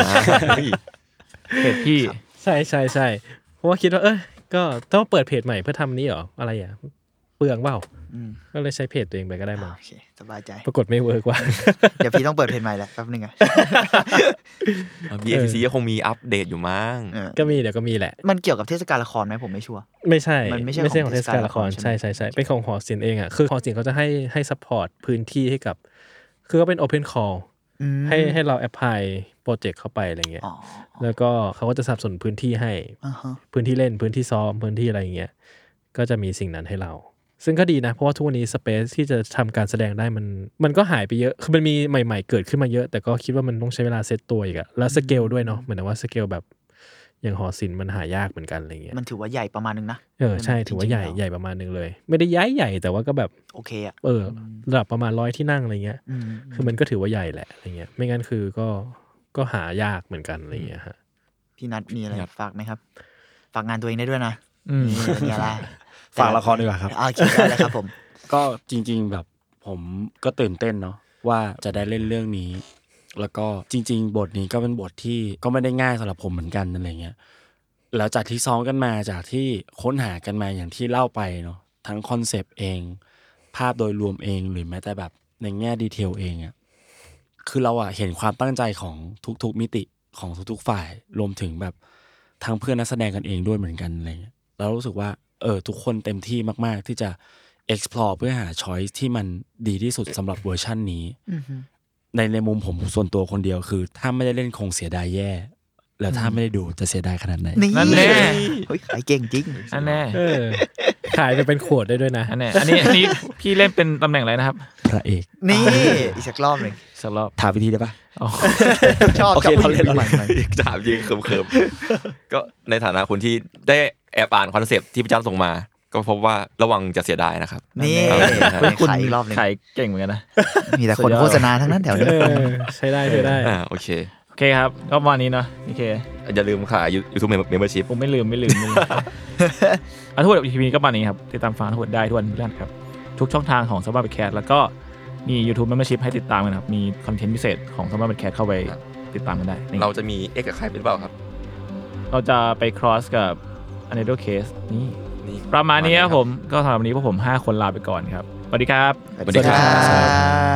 S4: เพจพี่
S7: ใช่ใช่ใช่เพราะว่าคิดว่าเออก็ต้องเปิดเพจใหม่เพื่อทำนี้เหรออะไรอ่ะเปลืองเปล่าก็เลยใช้เพจตัวเองไปก็ได้มา
S6: โอเคสบายใจ
S7: ปรากฏไม่เวิร์กว่า
S6: เดี๋ยวพี่ต้องเปิดเพจใหม่แหละแป๊บนึงอ่ะ
S5: บี เอ ซี ซี ก็คงมีอัปเดตอยู่มั้ง
S7: ก็มีเดี๋ยวก็มีแหละ
S6: มันเกี่ยวกับเทศกาลละครไหมผมไม่ชัวร์
S7: ไม่ใช่
S6: มันไม่ใช่
S7: ของเทศกาลละครใช่ใช่ใช่เป็นของหอศิลป์เองอ่ะคือหอศิลป์เขาจะให้ให้ซัพพอร์ตพื้นที่ให้กับคือก็เป็น Open Call ให้ให้เราแอพพลายโปรเจกต์เข้าไปอะไรเงี้ยแล้วก็เขาก็จะสนับสนุนพื้นที่ให้พื้นที่เล่นพื้นที่ซ้อมพื้นที่อะไรอย่างเงี้ยก็จะมีสิ่งนั้นให้เราซึ่งก็ดีนะเพราะว่าทุกวันนี้สเปซที่จะทำการแสดงได้มันมันก็หายไปเยอะคือมันมีใหม่ๆเกิดขึ้นมาเยอะแต่ก็คิดว่ามันต้องใช้เวลาเซตตัวอีกอะแล้วสเกลด้วยเนาะเหมือนว่าสเกลแบบอย่างหอศิลป์มันหายากเหมือนกันอะไรเงี้ย
S6: มันถือว่าใหญ่ประมาณนึงนะ
S7: เออใช่ถือว่าใหญ่ใหญ่ประมาณนึงเลยไม่ได้ย้ายใหญ่แต่ว่าก็แบบ
S6: โอเคอะ
S7: เออระดับประมาณร้อยที่นั่งอะไรเงี้ยคือมันก็ถือว่าใหญ่แหละอะไรเงี้ยไม่งั้นคือก็ก็หายากเหมือนกันอะไรเงี้ยฮะ
S6: พี่นัทมีอะไรฝากไหมครับฝากงานตัวเองได้ด้วยนะ
S1: นี่อะไรฝากละครดีกว่าครับ
S6: โอเคได้เลยครับผม
S1: ก็จริงๆแบบผมก็ตื่นเต้นเนาะว่าจะได้เล่นเรื่องนี้แล้วก็จริงๆบทนี้ก็เป็นบทที่ก็ไม่ได้ง่ายสำหรับผมเหมือนกันอะไรเงี้ยแล้วจากที่ซ้อมกันมาจากที่ค้นหากันมาอย่างที่เล่าไปเนาะทั้งคอนเซปต์เองภาพโดยรวมเองหรือแม้แต่แบบในแง่ดีเทลเองอ่ะคือเราอ่ะเห็นความตั้งใจของทุกๆมิติของทุกๆฝ่ายรวมถึงแบบทั้งเพื่อนนักแสดงกันเองด้วยเหมือนกันอะไรเงี้ยแล้วรู้สึกว่าเออทุกคนเต็มที่มากๆที่จะ explore เพื่อหา choice ที่มันดีที่สุดสำหรับเวอร์ชันนี้ในในมุมผมส่วนตัวคนเดียวคือถ้าไม่ได้เล่นคงเสียดายแย่แล้วถ้าไม่ได้ดูจะเสียดายขนาดไหน
S6: นั่นแน่เฮ้ยขายเก่งจริง
S4: นั่นแน่
S7: ขายไปเป็นขวดได้ด้วยนะ
S4: อันนี้อันนี้อันนี้พี่เล่นเป็นตำแหน่งอะไรนะครับ
S1: พระเอก
S6: นี่อีกสักรอบนึง
S4: สักรอบ
S1: ถามวิธีได้ปะ
S6: ชอบ
S1: ชอบเล่นอะไร
S5: ถามยิงเคิมๆก็ในฐานะคนที่ได้แอบอ่านคอนเซปต์ที่พี่จ้าส่งมาก็พบว่าระวังจะเสียดายนะครับ
S6: นี่
S4: คุณขายอีกรอบนึงขายเก่งเหมือนกันนะ
S6: มีแต่คนโฆษณาทั้งนั้นแถวนี้
S7: ใช้ได้ใช้ได้
S5: อ่าโอเค
S4: โอเคครับก็วันนี้เนาะโอเค
S5: อย่าลืมขาย YouTube Membership
S4: ผมไม่ลืมไม่ลืมไม่ลืมอ่ะทุกวัน อี พี นี้ก็วันนี้ครับติดตามฟังทุกวันได้ทุกวันเรื่องครับทุกช่องทางของ Summer Podcast แล้วก็มี YouTube Membership ให้ติดตามกันครับมีคอนเทนต์พิเศษของ Summer Podcast เข้าไปติดตามกันได้
S5: เราจะมีเอ็กกับใครเป็นเปล่าครับ
S4: เราจะไป cross กับ Another Case นี่ประมาณนี้ครับผมก็สำหรับวันนี้พวกผมห้าคนลาไปก่อนครับสวัสดีครับ
S5: สวัสดีครับ